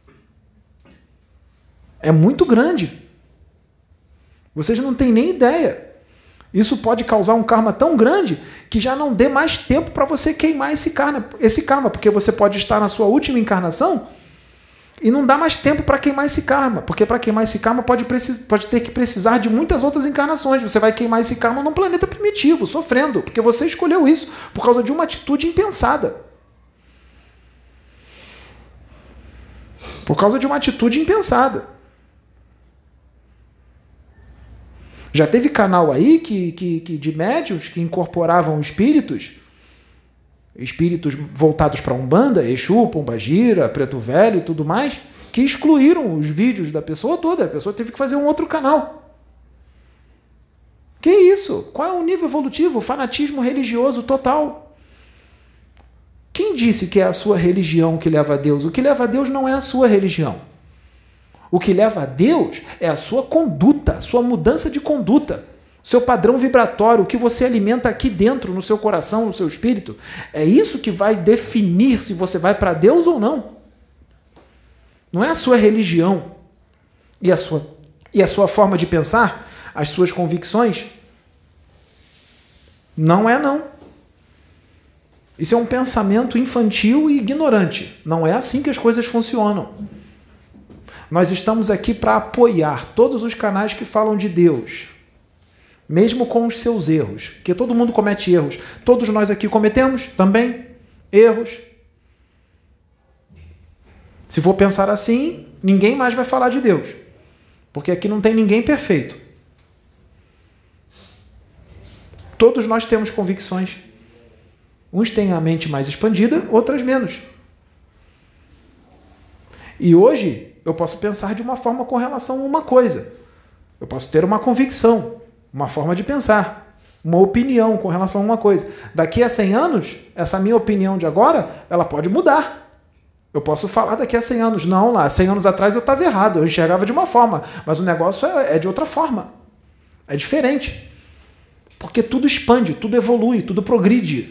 É muito grande. Vocês não têm nem ideia. Isso pode causar um karma tão grande que já não dê mais tempo para você queimar esse karma, esse karma, porque você pode estar na sua última encarnação e não dá mais tempo para queimar esse karma, porque para queimar esse karma pode, precis, pode ter que precisar de muitas outras encarnações. Você vai queimar esse karma num planeta primitivo, sofrendo, porque você escolheu isso por causa de uma atitude impensada. Por causa de uma atitude impensada. Já teve canal aí que, que, que de médiuns que incorporavam espíritos, espíritos voltados para Umbanda, Exu, Pombagira, Preto Velho e tudo mais, que excluíram os vídeos da pessoa toda. A pessoa teve que fazer um outro canal. Que isso? Qual é o nível evolutivo? Fanatismo religioso total. Quem disse que é a sua religião que leva a Deus? O que leva a Deus não é a sua religião. O que leva a Deus é a sua conduta, a sua mudança de conduta, seu padrão vibratório, o que você alimenta aqui dentro, no seu coração, no seu espírito. É isso que vai definir se você vai para Deus ou não. Não é a sua religião e a sua, e a sua forma de pensar, as suas convicções. Não é, não. Isso é um pensamento infantil e ignorante. Não é assim que as coisas funcionam. Nós estamos aqui para apoiar todos os canais que falam de Deus, mesmo com os seus erros, porque todo mundo comete erros. Todos nós aqui cometemos também erros. Se for pensar assim, ninguém mais vai falar de Deus, porque aqui não tem ninguém perfeito. Todos nós temos convicções. Uns têm a mente mais expandida, outras menos. E hoje eu posso pensar de uma forma com relação a uma coisa. Eu posso ter uma convicção, uma forma de pensar, uma opinião com relação a uma coisa. Daqui a cem anos, essa minha opinião de agora, ela pode mudar. Eu posso falar daqui a cem anos. Não, lá, cem anos atrás eu estava errado, eu enxergava de uma forma, mas o negócio é, é de outra forma. É diferente. Porque tudo expande, tudo evolui, tudo progride.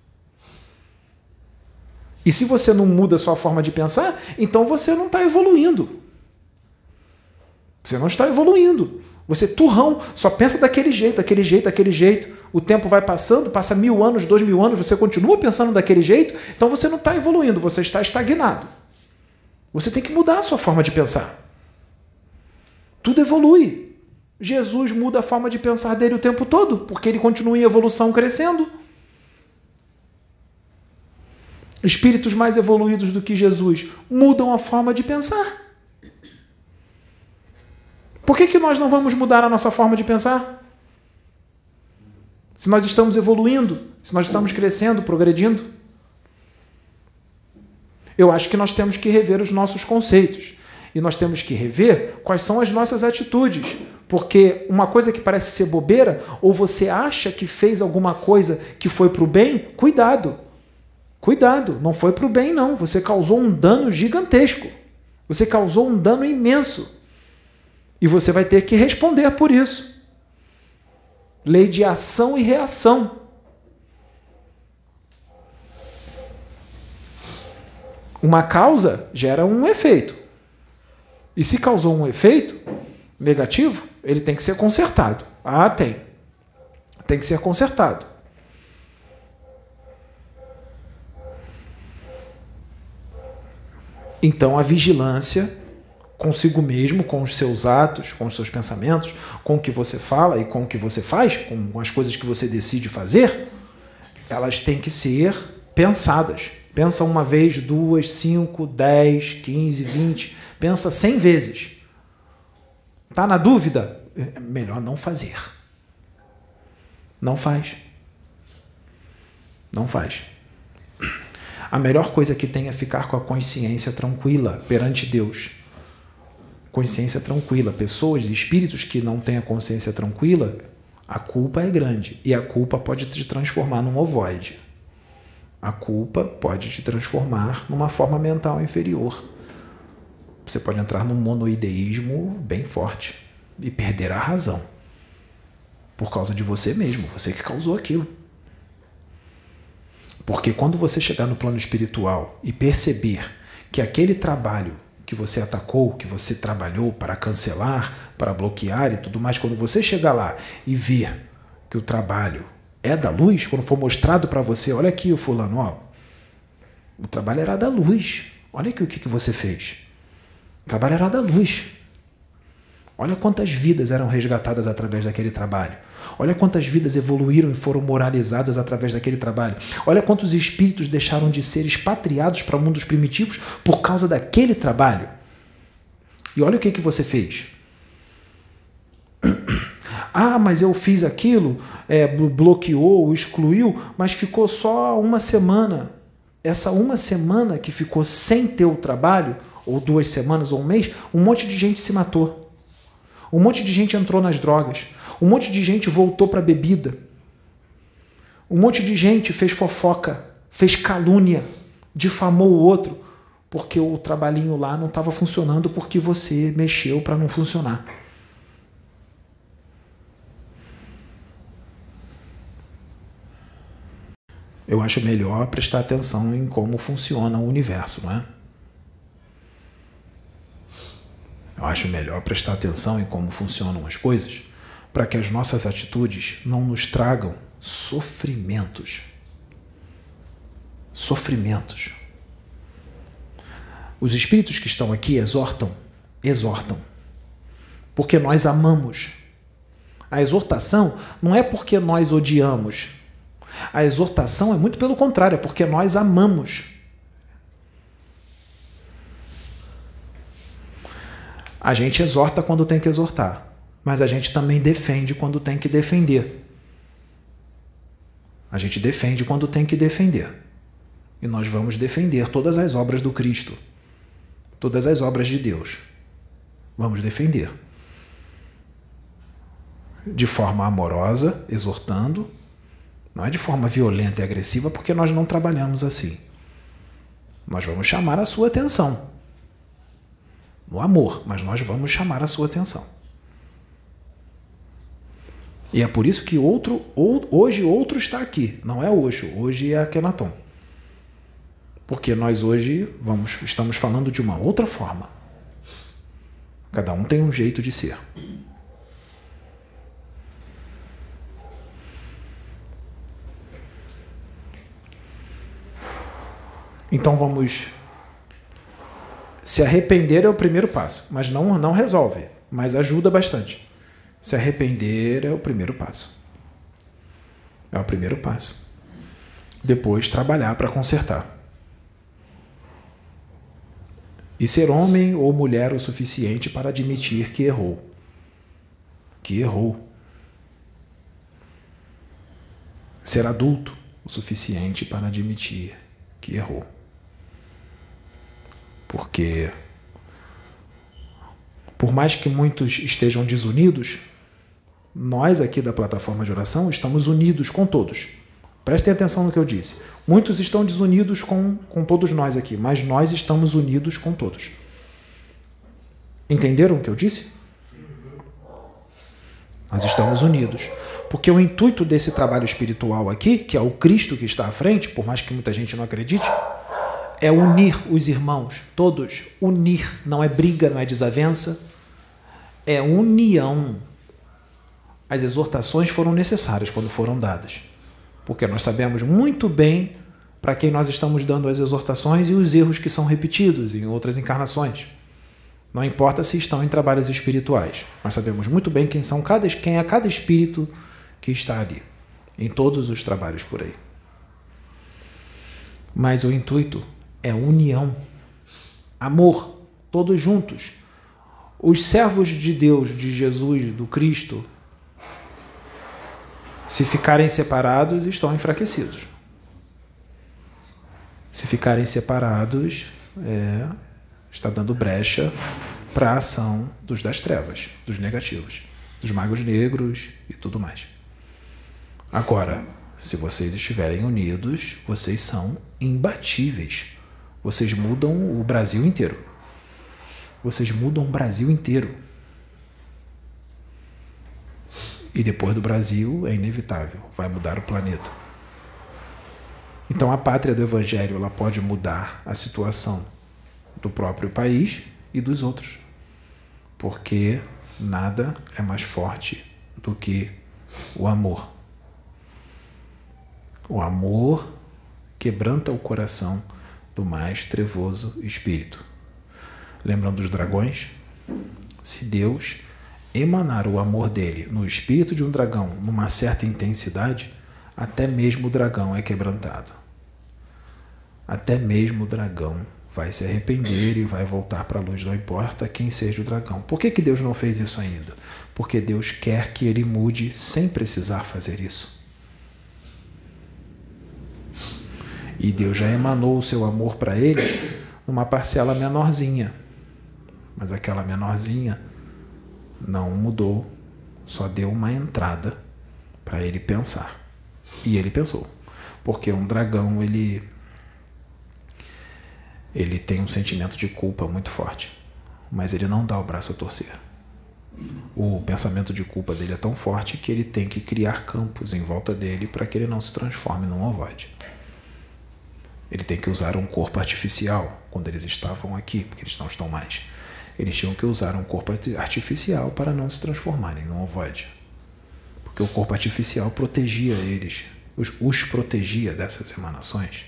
E se você não muda a sua forma de pensar, então você não está evoluindo. Você não está evoluindo. Você, turrão, só pensa daquele jeito, daquele jeito, daquele jeito. O tempo vai passando, passa mil anos, dois mil anos, você continua pensando daquele jeito, então você não está evoluindo, você está estagnado. Você tem que mudar a sua forma de pensar. Tudo evolui. Jesus muda a forma de pensar dele o tempo todo, porque ele continua em evolução, crescendo. Espíritos mais evoluídos do que Jesus mudam a forma de pensar. Por que que nós não vamos mudar a nossa forma de pensar? Se nós estamos evoluindo, se nós estamos crescendo, progredindo. Eu acho que nós temos que rever os nossos conceitos. E nós temos que rever quais são as nossas atitudes. Porque uma coisa que parece ser bobeira, ou você acha que fez alguma coisa que foi para o bem, cuidado. Cuidado, não foi para o bem, não. Você causou um dano gigantesco. Você causou um dano imenso. E você vai ter que responder por isso. Lei de ação e reação. Uma causa gera um efeito. E se causou um efeito negativo, ele tem que ser consertado. Ah, tem. Tem que ser consertado. Então, a vigilância consigo mesmo, com os seus atos, com os seus pensamentos, com o que você fala e com o que você faz, com as coisas que você decide fazer, elas têm que ser pensadas. Pensa uma vez, duas, cinco, dez, quinze, vinte, pensa cem vezes. Está na dúvida? É melhor não fazer. Não faz. Não faz. A melhor coisa que tem é ficar com a consciência tranquila perante Deus. Consciência tranquila. Pessoas, espíritos que não têm a consciência tranquila, a culpa é grande. E a culpa pode te transformar num ovoide. A culpa pode te transformar numa forma mental inferior. você pode entrar num monoideísmo bem forte e perder a razão por causa de você mesmo, você que causou aquilo. Porque quando você chegar no plano espiritual e perceber que aquele trabalho que você atacou, que você trabalhou para cancelar, para bloquear e tudo mais, quando você chegar lá e ver que o trabalho é da luz, quando for mostrado para você, olha aqui o fulano, ó, o trabalho era da luz, olha aqui o que, que você fez. O trabalho era da luz. Olha quantas vidas eram resgatadas através daquele trabalho. Olha quantas vidas evoluíram e foram moralizadas através daquele trabalho. Olha quantos espíritos deixaram de ser expatriados para mundos primitivos por causa daquele trabalho. E olha o que, que você fez. Ah, mas eu fiz aquilo, é, bloqueou, excluiu, mas ficou só uma semana. Essa uma semana que ficou sem ter o trabalho, ou duas semanas ou um mês, um monte de gente se matou. Um monte de gente entrou nas drogas. Um monte de gente voltou para a bebida. Um monte de gente fez fofoca, fez calúnia, difamou o outro, porque o trabalhinho lá não estava funcionando porque você mexeu para não funcionar. Eu acho melhor prestar atenção em como funciona o universo, não é? Eu acho melhor prestar atenção em como funcionam as coisas para que as nossas atitudes não nos tragam sofrimentos. Sofrimentos. Os espíritos que estão aqui exortam, exortam, porque nós amamos. A exortação não é porque nós odiamos. A exortação é muito pelo contrário, é porque nós amamos. A gente exorta quando tem que exortar, mas a gente também defende quando tem que defender. A gente defende quando tem que defender. E nós vamos defender todas as obras do Cristo, todas as obras de Deus. Vamos defender. De forma amorosa, exortando, não é de forma violenta e agressiva, porque nós não trabalhamos assim. Nós vamos chamar a sua atenção. No amor, mas nós vamos chamar a sua atenção. E é por isso que outro, ou, hoje outro está aqui. Não é Osho, hoje é Akhenaton. Porque nós hoje vamos, estamos falando de uma outra forma. Cada um tem um jeito de ser. Então vamos... Se arrepender é o primeiro passo, mas não, não resolve, mas ajuda bastante. Se arrepender é o primeiro passo. É o primeiro passo. Depois, trabalhar para consertar. E ser homem ou mulher o suficiente para admitir que errou. Que errou. Ser adulto o suficiente para admitir que errou. Porque, por mais que muitos estejam desunidos, nós aqui da plataforma de oração estamos unidos com todos. Prestem atenção no que eu disse. Muitos estão desunidos com, com todos nós aqui, mas nós estamos unidos com todos. Entenderam o que eu disse? Nós estamos unidos. Porque o intuito desse trabalho espiritual aqui, que é o Cristo que está à frente, por mais que muita gente não acredite, é unir os irmãos, todos, unir, não é briga, não é desavença, é união. As exortações foram necessárias quando foram dadas, porque nós sabemos muito bem para quem nós estamos dando as exortações e os erros que são repetidos em outras encarnações. Não importa se estão em trabalhos espirituais, nós sabemos muito bem quem, são cada, quem é cada espírito que está ali, em todos os trabalhos por aí. Mas o intuito é união, amor, todos juntos. Os servos de Deus, de Jesus, do Cristo, se ficarem separados, estão enfraquecidos. Se ficarem separados, é, está dando brecha para a ação dos das trevas, dos negativos, dos magos negros e tudo mais. Agora, se vocês estiverem unidos, vocês são imbatíveis. Vocês mudam o Brasil inteiro. vocês mudam o Brasil inteiro. E depois do Brasil, é inevitável, vai mudar o planeta. Então a pátria do Evangelho, ela pode mudar a situação do próprio país e dos outros. Porque nada é mais forte do que o amor. O amor quebranta o coração do mais trevoso espírito. Lembrando dos dragões? Se Deus emanar o amor dele no espírito de um dragão numa certa intensidade, até mesmo o dragão é quebrantado. Até mesmo o dragão vai se arrepender e vai voltar para a luz, não importa quem seja o dragão. Por que que Deus não fez isso ainda? Porque Deus quer que ele mude sem precisar fazer isso. E Deus já emanou o seu amor para eles numa parcela menorzinha. Mas aquela menorzinha não mudou, só deu uma entrada para ele pensar. E ele pensou. Porque um dragão, ele, ele tem um sentimento de culpa muito forte. Mas ele não dá o braço a torcer. O pensamento de culpa dele é tão forte que ele tem que criar campos em volta dele para que ele não se transforme num ovoide. Ele tem que usar um corpo artificial quando eles estavam aqui, porque eles não estão mais. Eles tinham que usar um corpo artificial para não se transformarem num ovoide. Porque o corpo artificial protegia eles, os, os protegia dessas emanações.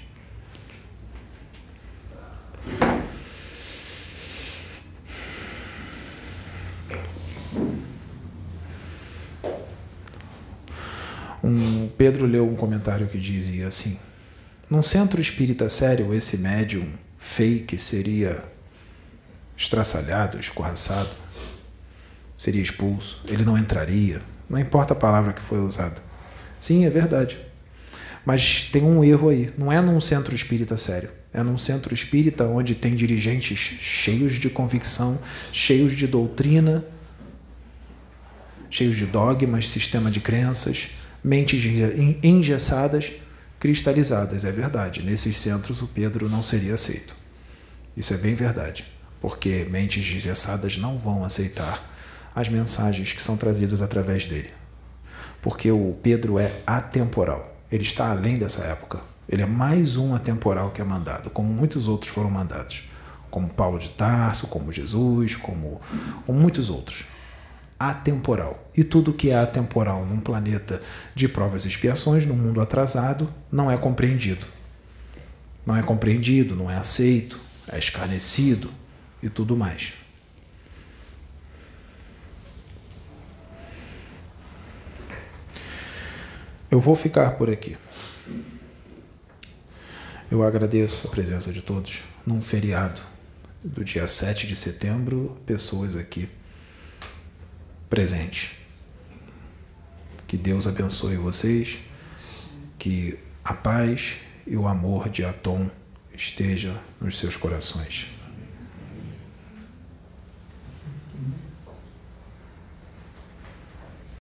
Um, Pedro leu um comentário que dizia assim: num centro espírita sério, esse médium fake seria estraçalhado, escorraçado, seria expulso, ele não entraria, não importa a palavra que foi usada. Sim, é verdade. Mas tem um erro aí, não é num centro espírita sério, é num centro espírita onde tem dirigentes cheios de convicção, cheios de doutrina, cheios de dogmas, sistema de crenças, mentes engessadas, cristalizadas. É verdade, nesses centros o Pedro não seria aceito. Isso é bem verdade, porque mentes engessadas não vão aceitar as mensagens que são trazidas através dele. Porque o Pedro é atemporal, ele está além dessa época. Ele é mais um atemporal que é mandado, como muitos outros foram mandados, como Paulo de Tarso, como Jesus, como, como muitos outros. Atemporal. E tudo que é atemporal num planeta de provas e expiações, num mundo atrasado, não é compreendido. Não é compreendido, não é aceito, é escarnecido e tudo mais. Eu vou ficar por aqui. Eu agradeço a presença de todos num feriado do dia sete de setembro, pessoas aqui presentes. Que Deus abençoe vocês, que a paz e o amor de Atom esteja nos seus corações.